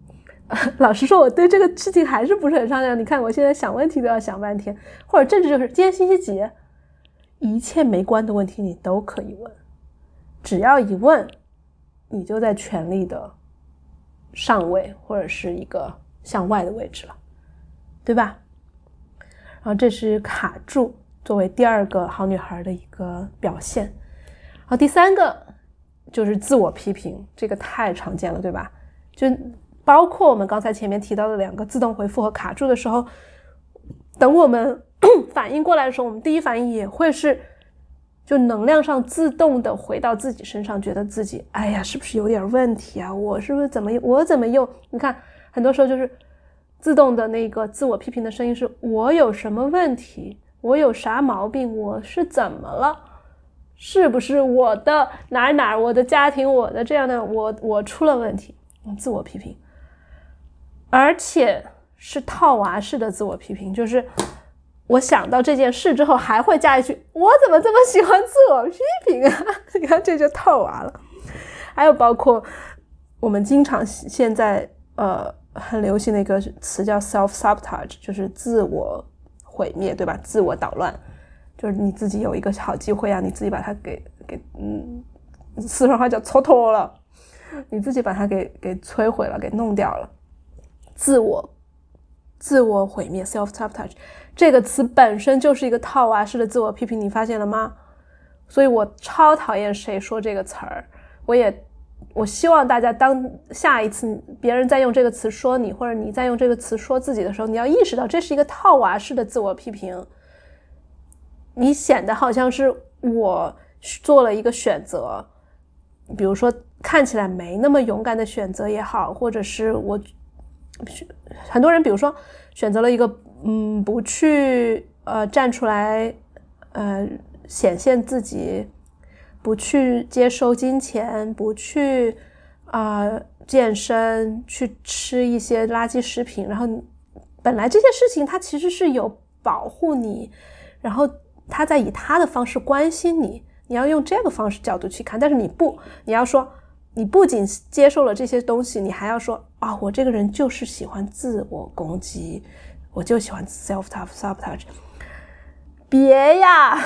老实说我对这个事情还是不是很上心，你看我现在想问题都要想半天，或者甚至就是今天星期几，一切没关的问题你都可以问，只要一问你就在权力的上位或者是一个向外的位置了，对吧？然后这是卡住作为第二个好女孩的一个表现。然后第三个就是自我批评，这个太常见了，对吧？就包括我们刚才前面提到的2个自动回复和卡住的时候，等我们反应过来的时候，我们第一反应也会是就能量上自动的回到自己身上，觉得自己哎呀是不是有点问题啊，我是不是怎么用，你看很多时候就是自动的那个自我批评的声音是我有什么问题，我有啥毛病，我是怎么了，是不是我的哪我的家庭我的这样的我出了问题，自我批评。而且是套娃式的自我批评，就是我想到这件事之后还会加一句我怎么这么喜欢自我批评啊，你看这就套娃了。还有包括我们经常现在很流行的一个词叫 self-sabotage， 就是自我毁灭，对吧？自我捣乱，就是你自己有一个好机会啊，你自己把它给四川话叫蹉跎了，你自己把它给摧毁了，给弄掉了。自我毁灭 self-sabotage 这个词本身就是一个套娃式的自我批评，你发现了吗？所以我超讨厌谁说这个词儿，我希望大家当下一次别人在用这个词说你，或者你在用这个词说自己的时候，你要意识到这是一个套娃式的自我批评，你显得好像是我做了一个选择，比如说看起来没那么勇敢的选择也好，或者是很多人比如说选择了一个不去站出来显现自己，不去接收金钱，不去健身，去吃一些垃圾食品，然后本来这些事情它其实是有保护你，然后他在以他的方式关心你，你要用这个方式角度去看，但是你要说你不仅接受了这些东西，你还要说我这个人就是喜欢自我攻击，我就喜欢 self-sabotage， 别呀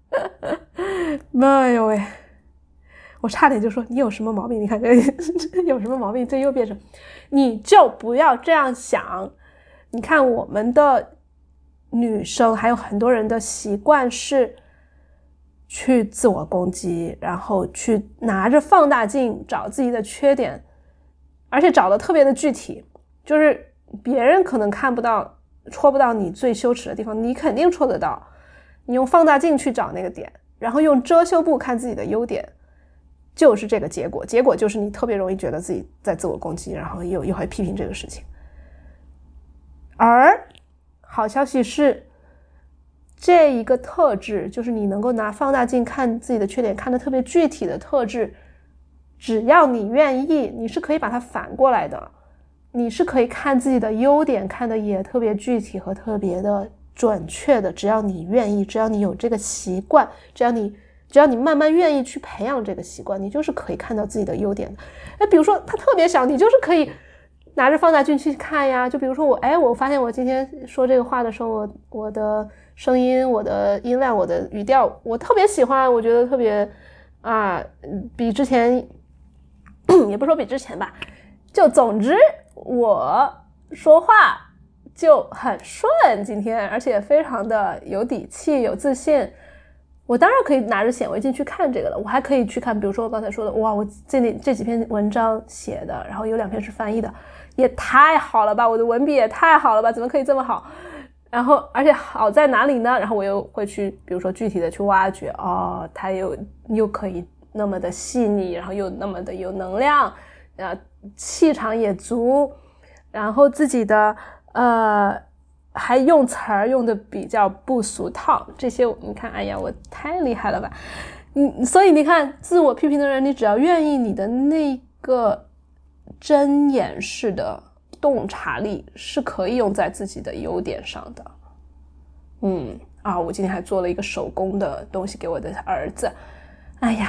哎呦喂，我差点就说你有什么毛病，你看这有什么毛病，这又变成你就不要这样想。你看我们的女生还有很多人的习惯是去自我攻击，然后去拿着放大镜找自己的缺点，而且找得特别的具体，就是别人可能看不到戳不到你最羞耻的地方，你肯定戳得到，你用放大镜去找那个点，然后用遮羞布看自己的优点，就是这个结果就是你特别容易觉得自己在自我攻击，然后又会批评这个事情。而好消息是这一个特质，就是你能够拿放大镜看自己的缺点看得特别具体的特质，只要你愿意，你是可以把它反过来的，你是可以看自己的优点看得也特别具体和特别的准确的，只要你愿意，只要你有这个习惯，只要你慢慢愿意去培养这个习惯，你就是可以看到自己的优点的。比如说它特别小，你就是可以拿着放大镜去看呀。就比如说我发现我今天说这个话的时候，我的声音，我的音量，我的语调，我特别喜欢，我觉得特别比之前也不说比之前吧，就总之我说话就很顺今天，而且非常的有底气有自信。我当然可以拿着显微镜去看这个了，我还可以去看比如说我刚才说的，哇，我这几篇文章写的，然后有2篇是翻译的，也太好了吧，我的文笔也太好了吧，怎么可以这么好，然后而且好在哪里呢，然后我又会去比如说具体的去挖掘，它又可以那么的细腻，然后又那么的有能量，气场也足，然后自己的还用词儿用的比较不俗套，这些你看，哎呀，我太厉害了吧！所以你看，自我批评的人，你只要愿意，你的那个睁眼式的洞察力是可以用在自己的优点上的。我今天还做了一个手工的东西给我的儿子，哎呀，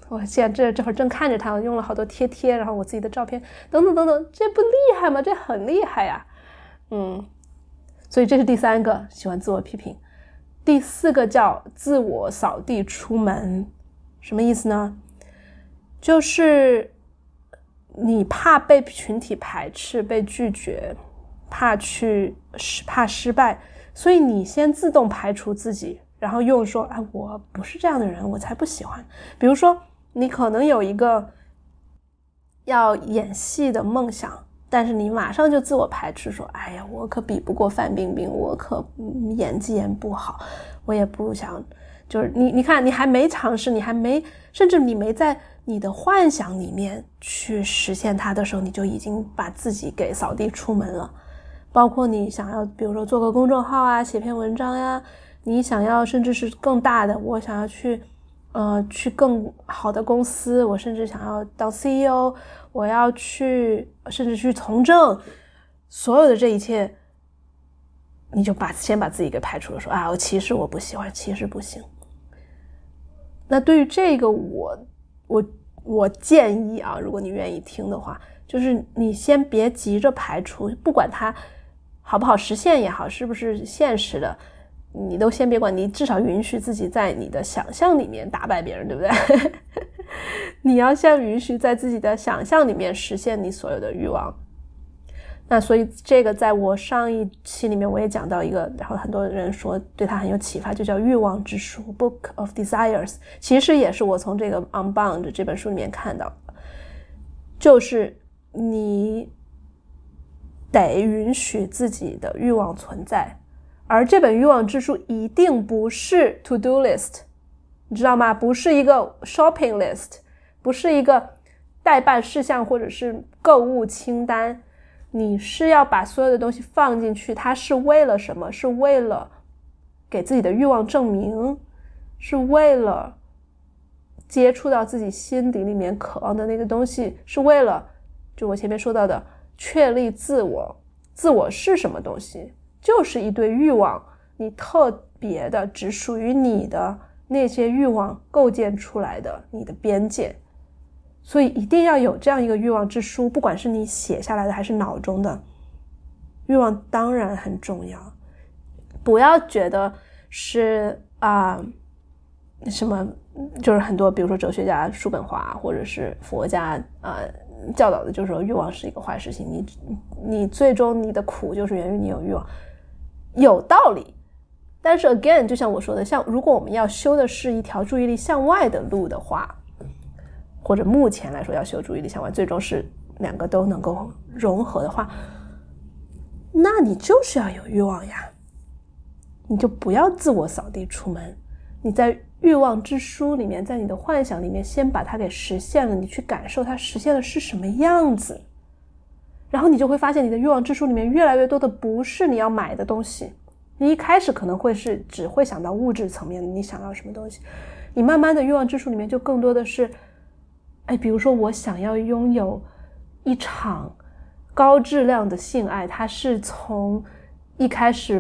我现在这会儿正看着它，我用了好多贴，然后我自己的照片等等等等，这不厉害吗？这很厉害呀。所以这是第3个，喜欢自我批评。第4个叫自我扫地出门。什么意思呢？就是你怕被群体排斥，被拒绝，怕失败，所以你先自动排除自己，然后用说我不是这样的人，我才不喜欢。比如说你可能有一个要演戏的梦想，但是你马上就自我排斥说我可比不过范冰冰，我可演技演不好，我也不想，就是你看你还没尝试，甚至你没在你的幻想里面去实现它的时候，你就已经把自己给扫地出门了。包括你想要比如说做个公众号啊，写篇文章呀，你想要甚至是更大的，我想要去更好的公司，我甚至想要当 CEO， 我要甚至去从政，所有的这一切你就先把自己给排除了，说其实我不喜欢，其实不行。那对于这个我建议如果你愿意听的话，就是你先别急着排除，不管它好不好实现也好，是不是现实的，你都先别管，你至少允许自己在你的想象里面打败别人，对不对？你要先允许在自己的想象里面实现你所有的欲望。那所以这个在我上一期里面我也讲到一个，然后很多人说对他很有启发，就叫欲望之书 Book of Desires， 其实也是我从这个 Unbound 这本书里面看到的，就是你得允许自己的欲望存在，而这本欲望之书一定不是 to do list， 你知道吗？不是一个 shopping list， 不是一个待办事项或者是购物清单，你是要把所有的东西放进去，它是为了什么？是为了给自己的欲望证明，是为了接触到自己心底里面渴望的那个东西，是为了就我前面说到的确立自我。自我是什么东西？就是一堆欲望，你特别的只属于你的那些欲望构建出来的你的边界。所以一定要有这样一个欲望之书，不管是你写下来的还是脑中的，欲望当然很重要。不要觉得是什么，就是很多比如说哲学家叔本华或者是佛家教导的就是说欲望是一个坏事情，你最终你的苦就是源于你有欲望，有道理。但是 again 就像我说的，像如果我们要修的是一条注意力向外的路的话，或者目前来说要修注意力向外，最终是2个都能够融合的话，那你就是要有欲望呀，你就不要自我扫地出门，你在欲望之书里面，在你的幻想里面先把它给实现了，你去感受它实现了是什么样子，然后你就会发现你的欲望之书里面越来越多的不是你要买的东西，你一开始可能会是只会想到物质层面的你想要什么东西，你慢慢的欲望之书里面就更多的是比如说我想要拥有一场高质量的性爱，它是从一开始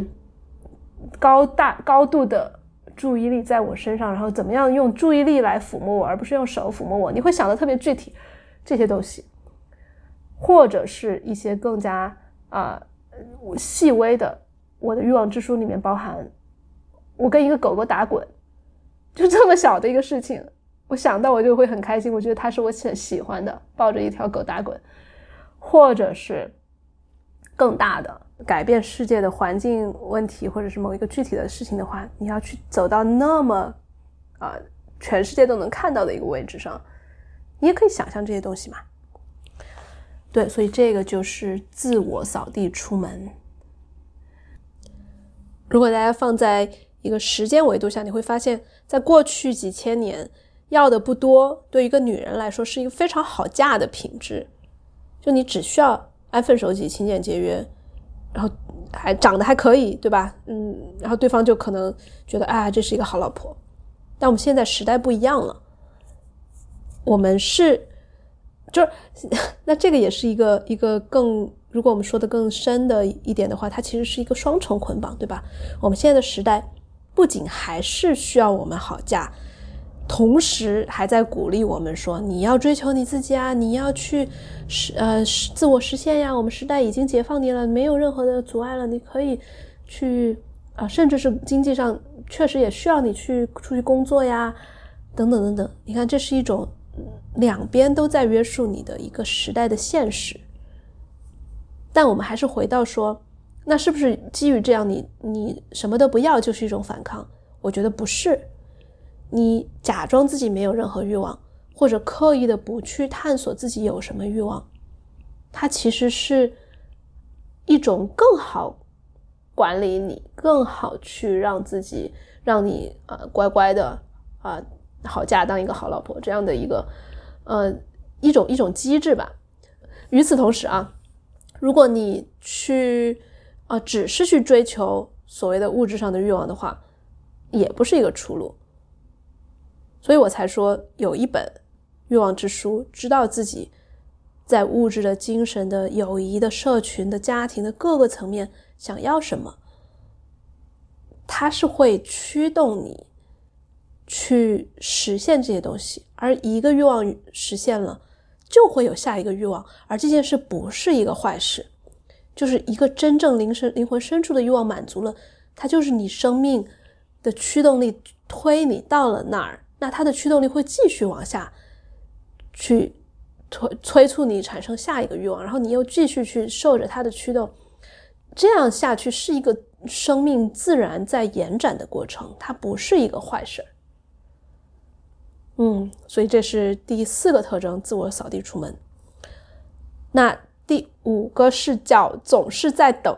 高度的注意力在我身上，然后怎么样用注意力来抚摸我，而不是用手抚摸我，你会想得特别具体，这些东西。或者是一些更加细微的，我的欲望之书里面包含我跟一个狗狗打滚，就这么小的一个事情，我想到我就会很开心，我觉得它是我很喜欢的，抱着一条狗打滚。或者是更大的改变世界的环境问题，或者是某一个具体的事情的话，你要去走到那么全世界都能看到的一个位置上，你也可以想象这些东西嘛。对，所以这个就是自我扫地出门。如果大家放在一个时间维度下，你会发现在过去几千年，要的不多，对一个女人来说是一个非常好嫁的品质，就你只需要安分守己、勤俭节约，然后还长得还可以，对吧？然后对方就可能觉得这是一个好老婆。但我们现在时代不一样了，我们是就是那这个也是一个更，如果我们说的更深的一点的话，它其实是一个双重捆绑，对吧？我们现在的时代不仅还是需要我们好嫁， 同时还在鼓励我们说，你要追求你自己啊，你要去自我实现呀，我们时代已经解放你了，没有任何的阻碍了，你可以去甚至是经济上确实也需要你出去工作呀，等等等等。你看，这是一种两边都在约束你的一个时代的现实。但我们还是回到说，那是不是基于这样你什么都不要就是一种反抗？我觉得不是。你假装自己没有任何欲望，或者刻意的不去探索自己有什么欲望，它其实是一种更好管理你，更好去让你乖乖的好嫁当一个好老婆这样的一种机制吧。与此同时如果你只是去追求所谓的物质上的欲望的话，也不是一个出路。所以我才说有一本欲望之书，知道自己在物质的、精神的、友谊的、社群的、家庭的各个层面想要什么，它是会驱动你去实现这些东西。而一个欲望实现了，就会有下一个欲望，而这件事不是一个坏事，就是一个真正灵魂深处的欲望满足了，它就是你生命的驱动力推你到了那儿，那它的驱动力会继续往下去催促你产生下一个欲望，然后你又继续去受着它的驱动，这样下去是一个生命自然在延展的过程，它不是一个坏事。所以这是第4个特征，自我扫地出门。那第5个是叫总是在等。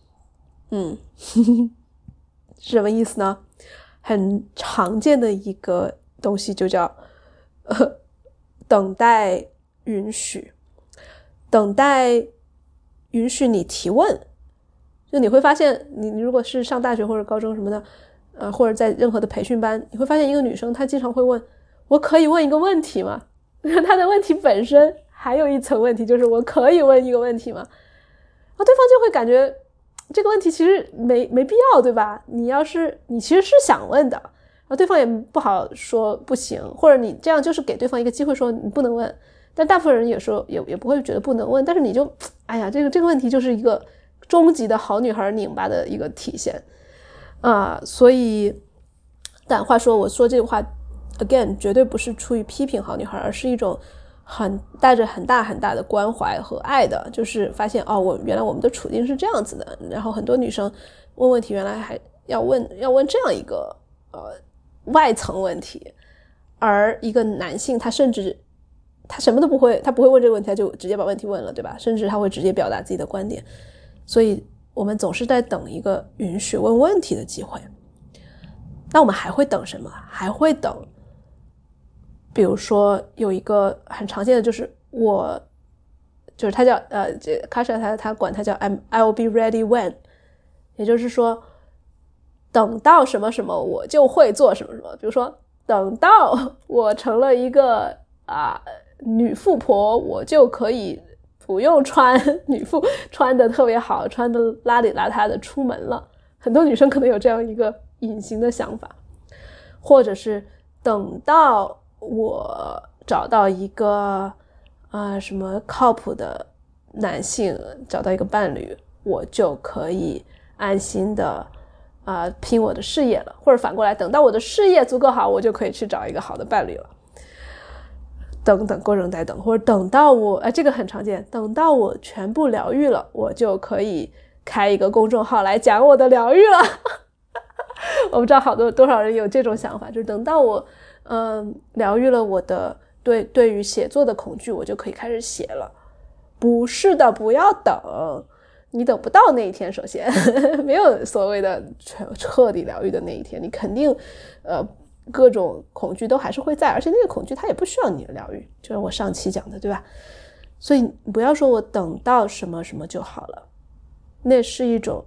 是什么意思呢？很常见的一个东西就叫等待允许。等待允许你提问，就你会发现你如果是上大学或者高中什么的或者在任何的培训班，你会发现一个女生她经常会问，我可以问一个问题吗？她的问题本身还有一层问题，就是我可以问一个问题吗？对方就会感觉这个问题其实没必要，对吧？你其实是想问的，然后对方也不好说不行，或者你这样就是给对方一个机会说你不能问。但大部分人有时候也不会觉得不能问，但是你就这个问题就是一个终极的好女孩拧巴的一个体现所以但话说，我说这个话 again 绝对不是出于批评好女孩，而是一种带着很大很大的关怀和爱的，就是发现原来我们的处境是这样子的，然后很多女生问问题原来还要问这样一个外层问题，而一个男性他甚至他什么都不会，他不会问这个问题，他就直接把问题问了，对吧？甚至他会直接表达自己的观点。所以我们总是在等一个允许问问题的机会。那我们还会等什么？还会等比如说有一个很常见的就是他叫Kasha 他管他叫 I'll be ready when， 也就是说等到什么什么我就会做什么什么。比如说等到我成了一个女富婆，我就可以不用女富穿得特别好，穿得邋里邋遢的出门了。很多女生可能有这样一个隐形的想法。或者是等到我找到一个什么靠谱的男性，找到一个伴侣，我就可以安心的拼我的事业了。或者反过来，等到我的事业足够好，我就可以去找一个好的伴侣了。等等，各种在等。或者等到我这个很常见，等到我全部疗愈了，我就可以开一个公众号来讲我的疗愈了。我不知道多少人有这种想法，就是等到我疗愈了我的对于写作的恐惧，我就可以开始写了。不是的，不要等，你等不到那一天。首先没有所谓的彻底疗愈的那一天，你肯定各种恐惧都还是会在，而且那个恐惧它也不需要你的疗愈，就是我上期讲的，对吧？所以不要说我等到什么什么就好了，那是一种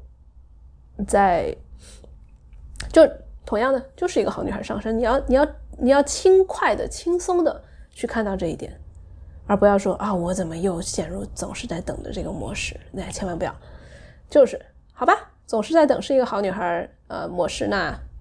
就同样的就是一个好女孩上升，你要轻快的轻松的去看到这一点，而不要说我怎么又陷入总是在等的这个模式。那千万不要，就是好吧，总是在等是一个好女孩模式，那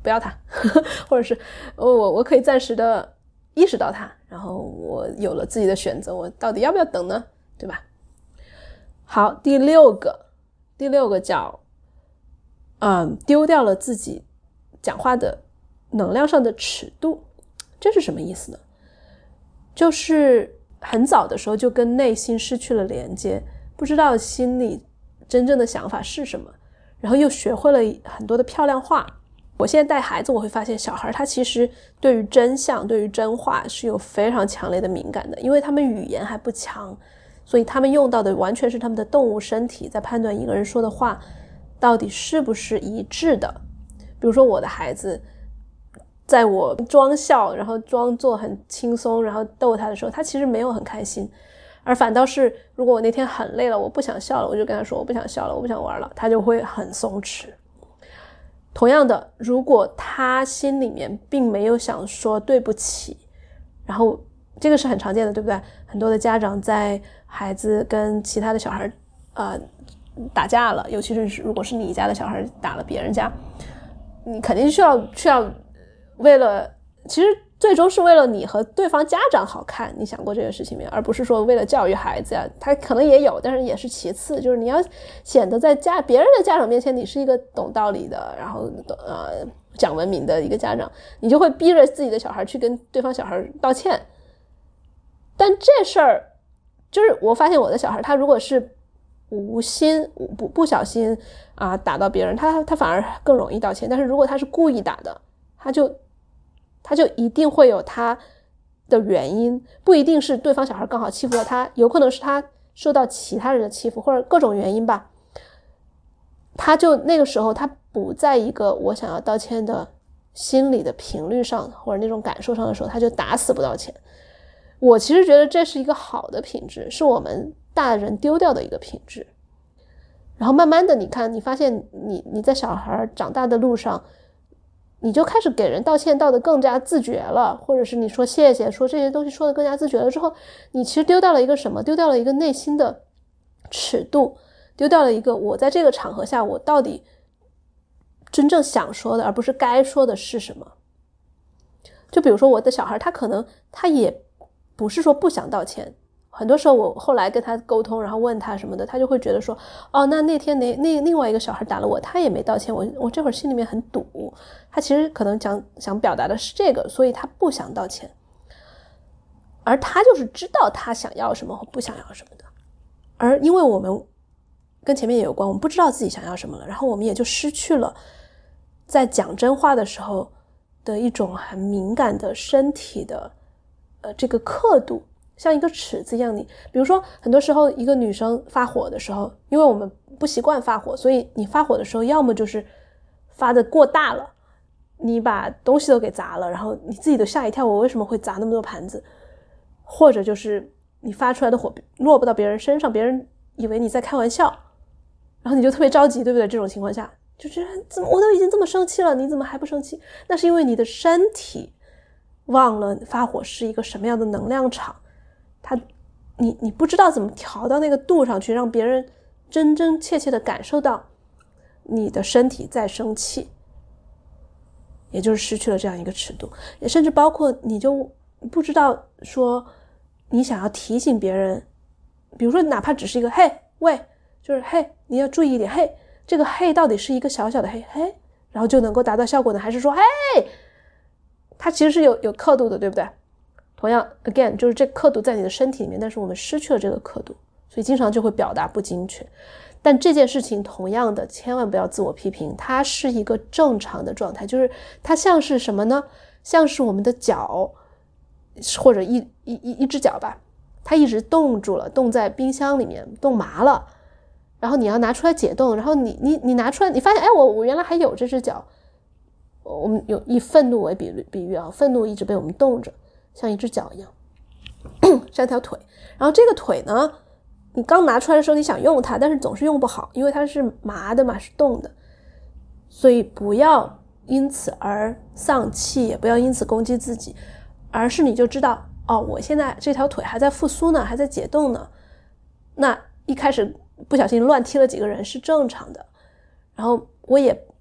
不要它或者是我可以暂时的意识到它，然后我有了自己的选择，我到底要不要等呢，对吧？好，第六个叫丢掉了自己讲话的能量上的尺度。这是什么意思呢？就是很早的时候就跟内心失去了连接，不知道心里真正的想法是什么，然后又学会了很多的漂亮话。我现在带孩子，我会发现小孩他其实对于真相，对于真话是有非常强烈的敏感的，因为他们语言还不强，所以他们用到的完全是他们的动物身体在判断一个人说的话到底是不是一致的。比如说我的孩子在我装笑然后装作很轻松然后逗他的时候，他其实没有很开心，而反倒是如果我那天很累了，我不想笑了，我就跟他说我不想笑了，我不想玩了，他就会很松弛。同样的，如果他心里面并没有想说对不起，然后这个是很常见的，对不对？很多的家长在孩子跟其他的小孩打架了，尤其是如果是你家的小孩打了别人家，你肯定需要为了，其实最终是为了你和对方家长好看，你想过这个事情没有？而不是说为了教育孩子呀，他可能也有，但是也是其次，就是你要显得在别人的家长面前你是一个懂道理的，然后讲文明的一个家长，你就会逼着自己的小孩去跟对方小孩道歉。但这事儿就是我发现我的小孩，他如果是无心不小心打到别人，他反而更容易道歉，但是如果他是故意打的，他就一定会有他的原因，不一定是对方小孩刚好欺负了他，有可能是他受到其他人的欺负或者各种原因吧。他就那个时候他不在一个我想要道歉的心理的频率上或者那种感受上的时候，他就打死不道歉。我其实觉得这是一个好的品质，是我们大人丢掉的一个品质。然后慢慢的你看，你发现你在小孩长大的路上，你就开始给人道歉道得更加自觉了，或者是你说谢谢，说这些东西说得更加自觉了之后，你其实丢掉了一个什么？丢掉了一个内心的尺度，丢掉了一个我在这个场合下我到底真正想说的，而不是该说的是什么。就比如说我的小孩，他可能他也不是说不想道歉，很多时候我后来跟他沟通，然后问他什么的，他就会觉得说那天另外一个小孩打了我，他也没道歉，我这会儿心里面很堵。他其实可能想表达的是这个，所以他不想道歉，而他就是知道他想要什么或不想要什么的。而因为我们跟前面也有关，我们不知道自己想要什么了，然后我们也就失去了在讲真话的时候的一种很敏感的身体的这个刻度，像一个尺子一样。你比如说很多时候一个女生发火的时候，因为我们不习惯发火，所以你发火的时候要么就是发得过大了，你把东西都给砸了，然后你自己都吓一跳，我为什么会砸那么多盘子，或者就是你发出来的火落不到别人身上，别人以为你在开玩笑，然后你就特别着急，对不对？这种情况下就觉得怎么我都已经这么生气了，你怎么还不生气？那是因为你的身体忘了发火是一个什么样的能量场，你不知道怎么调到那个度上去，让别人真真切切的感受到你的身体在生气，也就是失去了这样一个尺度。也甚至包括你就不知道说你想要提醒别人，比如说哪怕只是一个嘿喂，就是嘿你要注意一点，嘿这个嘿到底是一个小小的嘿嘿，然后就能够达到效果呢，还是说嘿它其实是有刻度的，对不对？同样 again 就是这刻度在你的身体里面，但是我们失去了这个刻度，所以经常就会表达不精确。但这件事情同样的千万不要自我批评，它是一个正常的状态，就是它像是什么呢？像是我们的脚或者一只脚吧，它一直冻住了，冻在冰箱里面冻麻了，然后你要拿出来解冻，然后你拿出来，你发现哎我原来还有这只脚。我们以愤怒为比喻啊，愤怒一直被我们冻着，像一只脚一样像一条腿。然后这个腿呢，你刚拿出来的时候你想用它，但是总是用不好，因为它是麻的嘛，是冻的。所以不要因此而丧气，也不要因此攻击自己，而是你就知道我现在这条腿还在复苏呢，还在解冻呢。那一开始不小心乱踢了几个人是正常的，然后我也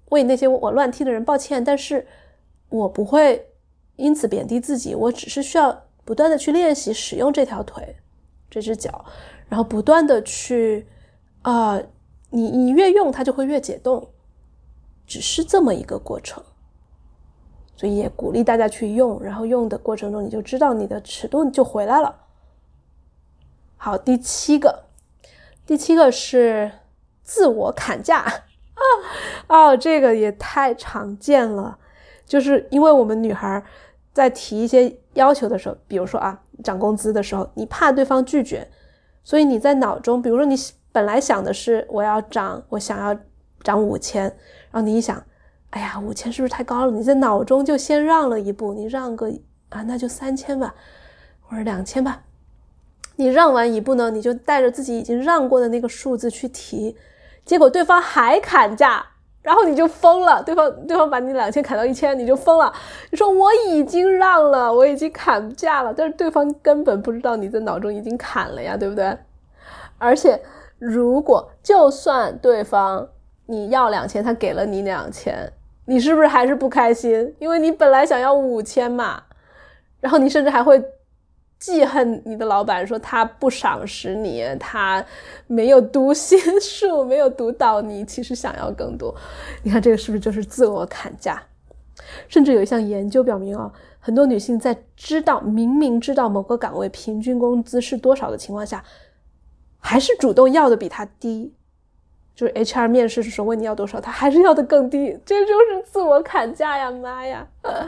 为那些我乱踢的人抱歉，但是我不会因此贬低自己，我只是需要不断的去练习使用这条腿这只脚，然后不断的去你越用它就会越解冻，只是这么一个过程。所以也鼓励大家去用，然后用的过程中你就知道你的尺度就回来了。好，第七个是自我砍价这个也太常见了，就是因为我们女孩在提一些要求的时候，比如说涨工资的时候，你怕对方拒绝，所以你在脑中，比如说你本来想的是我想要涨5000，然后你一想哎呀5000是不是太高了，你在脑中就先让了一步，你让个那就3000吧，或者2000吧。你让完一步呢，你就带着自己已经让过的那个数字去提，结果对方还砍价，然后你就疯了，对方把你2000砍到1000，你就疯了，你说我已经让了，我已经砍价了，但是对方根本不知道你在脑中已经砍了呀，对不对？而且就算对方你要2000，他给了你2000，你是不是还是不开心？因为你本来想要5000嘛，然后你甚至还会记恨你的老板，说他不赏识你，他没有读心术，没有读到你其实想要更多。你看这个是不是就是自我砍价？甚至有一项研究表明很多女性在明明知道某个岗位平均工资是多少的情况下，还是主动要的比他低，就是 HR 面试的时候问你要多少，他还是要的更低，这就是自我砍价呀，妈呀！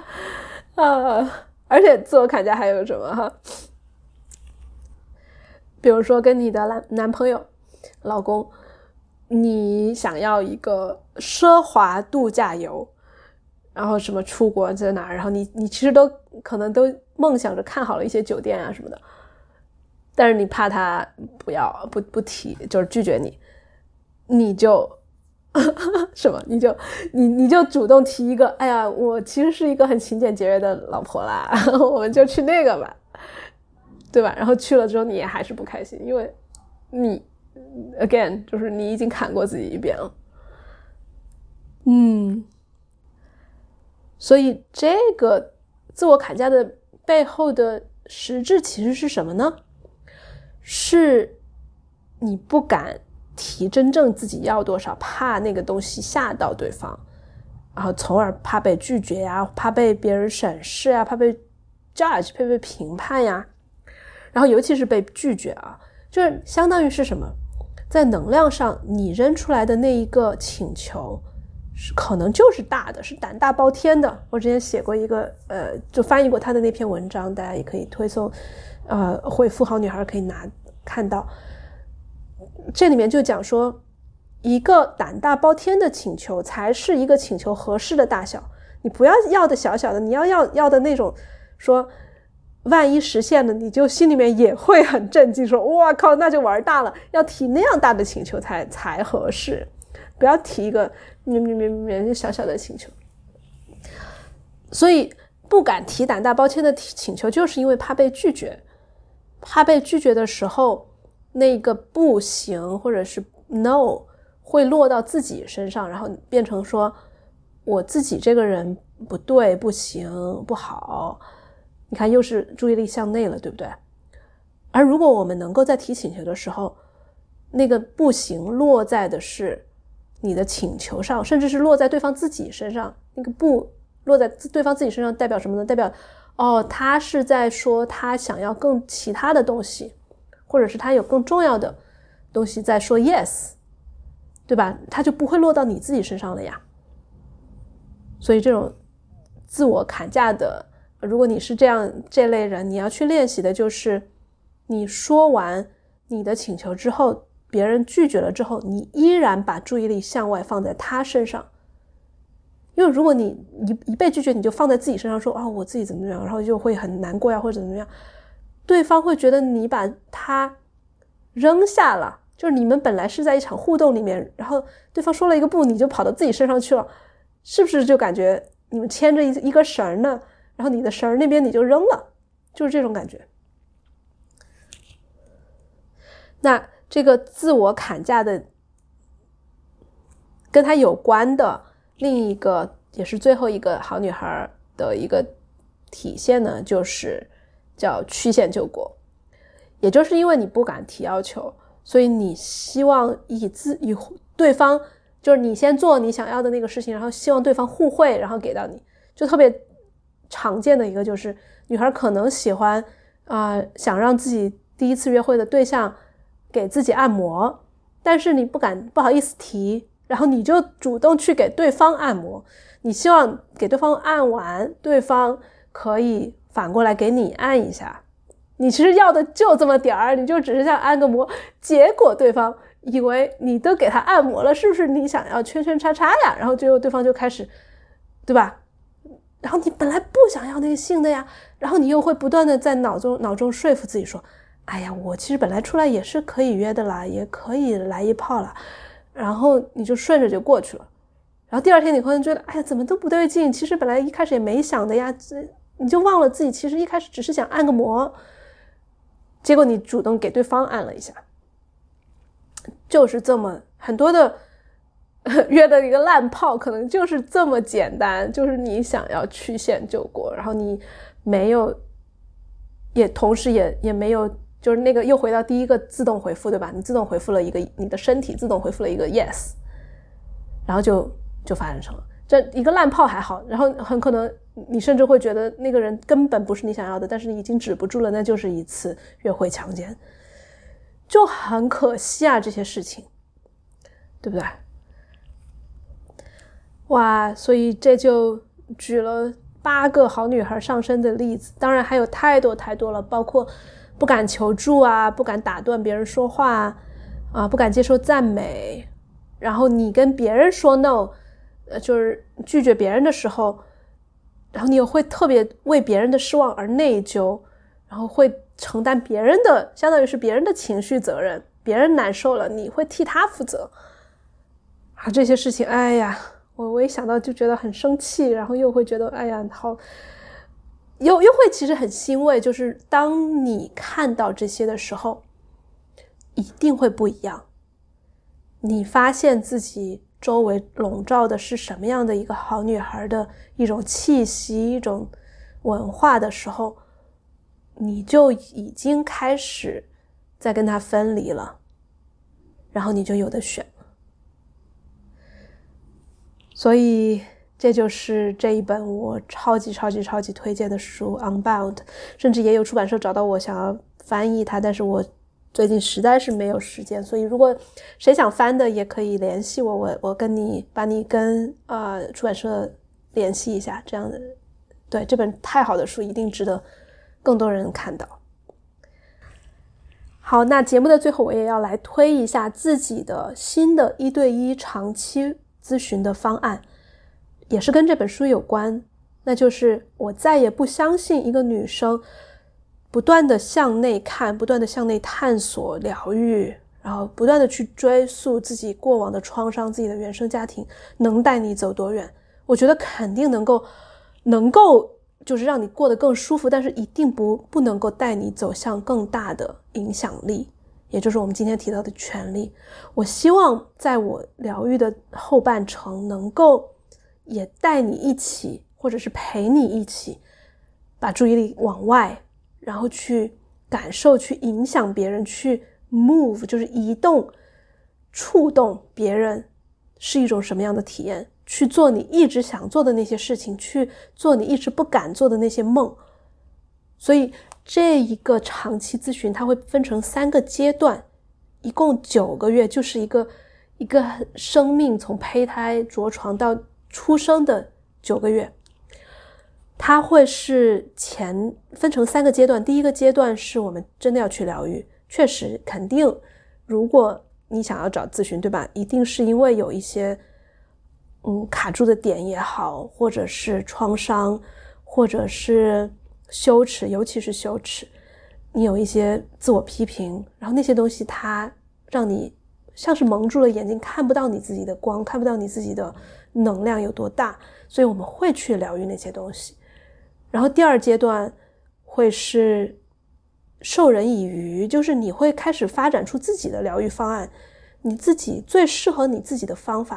而且自我砍价还有什么比如说跟你的男朋友老公，你想要一个奢华度假游，然后什么出国在哪，然后你其实可能都梦想着看好了一些酒店什么的，但是你怕他不提，就是拒绝你就什么你就主动提一个，哎呀我其实是一个很勤俭节约的老婆啦，我们就去那个吧，对吧？然后去了之后你也还是不开心，因为你 again 就是你已经砍过自己一遍了。所以这个自我砍价的背后的实质其实是什么呢？是你不敢提真正自己要多少，怕那个东西吓到对方，然后从而怕被拒绝呀，怕被别人审视呀，怕被 judge， 怕被评判呀。然后尤其是被拒绝就是相当于是什么，在能量上你扔出来的那一个请求可能就是大的，是胆大包天的。我之前写过一个就翻译过他的那篇文章，大家也可以推送回复好女孩可以看到，这里面就讲说，一个胆大包天的请求才是一个请求合适的大小，你不要的小小的，你要的那种说万一实现了你就心里面也会很震惊，说哇靠那就玩大了，要提那样大的请求才合适，不要提一个小小的请求。所以不敢提胆大包天的请求，就是因为怕被拒绝，怕被拒绝的时候那个不行或者是 no 会落到自己身上，然后变成说我自己这个人不对不行不好，你看又是注意力向内了，对不对？而如果我们能够在提请求的时候，那个不行落在的是你的请求上，甚至是落在对方自己身上，那个不落在对方自己身上代表什么呢？代表他是在说他想要更其他的东西，或者是他有更重要的东西在说 yes， 对吧？他就不会落到你自己身上了呀。所以这种自我砍价的，如果你是这类人，你要去练习的就是你说完你的请求之后，别人拒绝了之后，你依然把注意力向外放在他身上。因为如果你一被拒绝，你就放在自己身上说我自己怎么样，然后就会很难过呀，或者怎么样，对方会觉得你把他扔下了，就是你们本来是在一场互动里面，然后对方说了一个不，你就跑到自己身上去了，是不是就感觉你们牵着一根绳呢，然后你的绳那边你就扔了，就是这种感觉。那这个自我砍价的跟它有关的另一个也是最后一个好女孩的一个体现呢，就是叫曲线救国。也就是因为你不敢提要求，所以你希望以对方，就是你先做你想要的那个事情，然后希望对方互惠，然后给到你。就特别常见的一个就是女孩可能喜欢想让自己第一次约会的对象给自己按摩，但是你不好意思提，然后你就主动去给对方按摩，你希望给对方按完，对方可以反过来给你按一下，你其实要的就这么点儿，你就只是想按个摩，结果对方以为你都给他按摩了，是不是你想要圈圈叉叉呀？然后最后对方就开始，对吧？然后你本来不想要那个性的呀，然后你又会不断的在脑中说服自己说，哎呀，我其实本来出来也是可以约的啦，也可以来一炮啦，然后你就顺着就过去了。然后第二天你可能觉得，哎呀，怎么都不对劲，其实本来一开始也没想的呀，你就忘了自己其实一开始只是想按个摩，结果你主动给对方按了一下。就是这么很多的约的一个烂炮可能就是这么简单，就是你想要曲线救国，然后你没有，也同时也没有，就是那个又回到第一个自动回复，对吧？你自动回复了一个，你的身体自动回复了一个 yes， 然后就发生了这一个烂炮还好，然后很可能你甚至会觉得那个人根本不是你想要的，但是你已经止不住了，那就是一次约会强奸，就很可惜啊，这些事情，对不对？哇，所以这就举了8个好女孩上身的例子，当然还有太多太多了，包括不敢求助啊，不敢打断别人说话啊，不敢接受赞美，然后你跟别人说 no， 就是拒绝别人的时候，然后你又会特别为别人的失望而内疚，然后会承担别人的，相当于是别人的情绪责任，别人难受了你会替他负责啊，这些事情，哎呀，我一想到就觉得很生气，然后又会觉得哎呀好，又会其实很欣慰，就是当你看到这些的时候一定会不一样，你发现自己周围笼罩的是什么样的一个好女孩的一种气息，一种文化的时候，你就已经开始在跟她分离了，然后你就有的选了。所以这就是这一本我超级推荐的书 Unbound， 甚至也有出版社找到我想要翻译它，但是我最近实在是没有时间，所以如果谁想翻的也可以联系我，我跟你把你跟出版社联系一下，这样的，对，这本太好的书一定值得更多人看到。好，那节目的最后我也要来推一下自己的新的1对1长期咨询的方案，也是跟这本书有关，那就是我再也不相信一个女生不断的向内看，不断的向内探索疗愈，然后不断的去追溯自己过往的创伤，自己的原生家庭能带你走多远。我觉得肯定能够就是让你过得更舒服，但是一定不能够带你走向更大的影响力，也就是我们今天提到的权利。我希望在我疗愈的后半程能够也带你一起，或者是陪你一起把注意力往外，然后去感受，去影响别人，去 move， 就是移动触动别人是一种什么样的体验，去做你一直想做的那些事情，去做你一直不敢做的那些梦。所以这一个长期咨询它会分成3个阶段，一共9个月，就是一个生命从胚胎着床到出生的9个月。它会是分成3个阶段，第一个阶段是我们真的要去疗愈，确实肯定如果你想要找咨询，对吧，一定是因为有一些卡住的点也好，或者是创伤，或者是羞耻，尤其是羞耻，你有一些自我批评，然后那些东西它让你像是蒙住了眼睛，看不到你自己的光，看不到你自己的能量有多大，所以我们会去疗愈那些东西。然后第2阶段会是授人以渔，就是你会开始发展出自己的疗愈方案，你自己最适合你自己的方法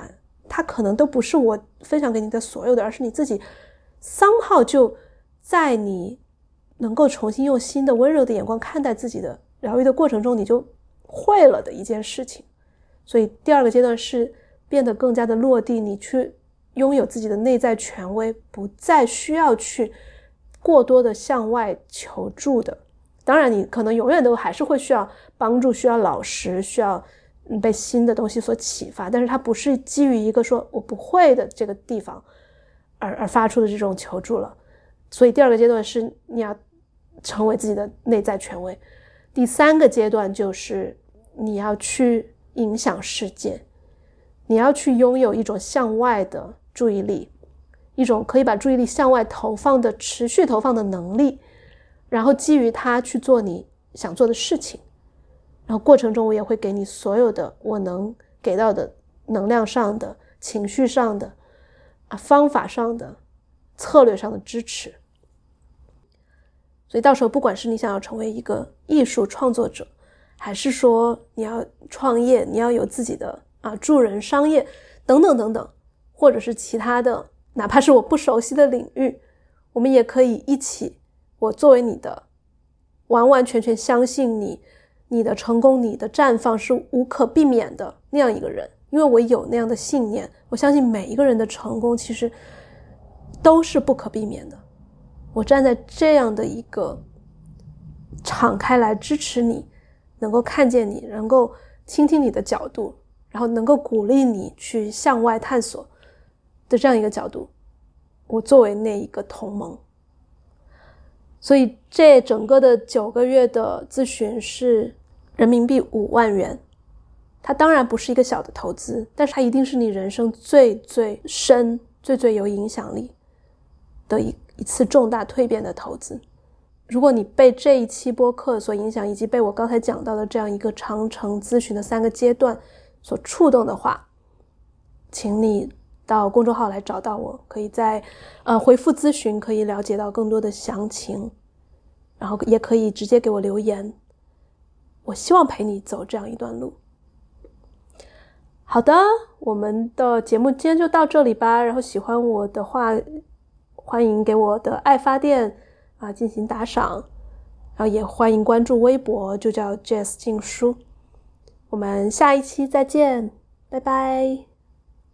它可能都不是我分享给你的所有的，而是你自己somehow就在你能够重新用新的温柔的眼光看待自己的疗愈的过程中，你就会了的一件事情。所以第二个阶段是变得更加的落地，你去拥有自己的内在权威，不再需要去过多的向外求助的。当然你可能永远都还是会需要帮助，需要老师，需要被新的东西所启发，但是它不是基于一个说我不会的这个地方而发出的这种求助了。所以第二个阶段是你要成为自己的内在权威。第三个阶段就是你要去影响世界，你要去拥有一种向外的注意力，一种可以把注意力向外投放的持续投放的能力，然后基于它去做你想做的事情。然后过程中我也会给你所有的我能给到的能量上的、情绪上的、方法上的、策略上的支持。所以到时候不管是你想要成为一个艺术创作者，还是说你要创业，你要有自己的助人商业等等等等，或者是其他的哪怕是我不熟悉的领域，我们也可以一起，我作为你的完完全全相信你的成功，你的绽放是无可避免的那样一个人。因为我有那样的信念，我相信每一个人的成功其实都是不可避免的。我站在这样的一个敞开来支持你，能够看见你，能够倾听你的角度，然后能够鼓励你去向外探索的这样一个角度，我作为那一个同盟。所以这整个的9个月的咨询是人民币5万元，它当然不是一个小的投资，但是它一定是你人生最最深、最最有影响力的一次重大蜕变的投资。如果你被这一期播客所影响，以及被我刚才讲到的这样一个长程咨询的3个阶段所触动的话，请你到公众号来找到我，可以在回复咨询可以了解到更多的详情，然后也可以直接给我留言，我希望陪你走这样一段路。好的，我们的节目今天就到这里吧。然后喜欢我的话，欢迎给我的爱发电进行打赏，然后也欢迎关注微博，就叫 Jess 静书。我们下一期再见，拜拜。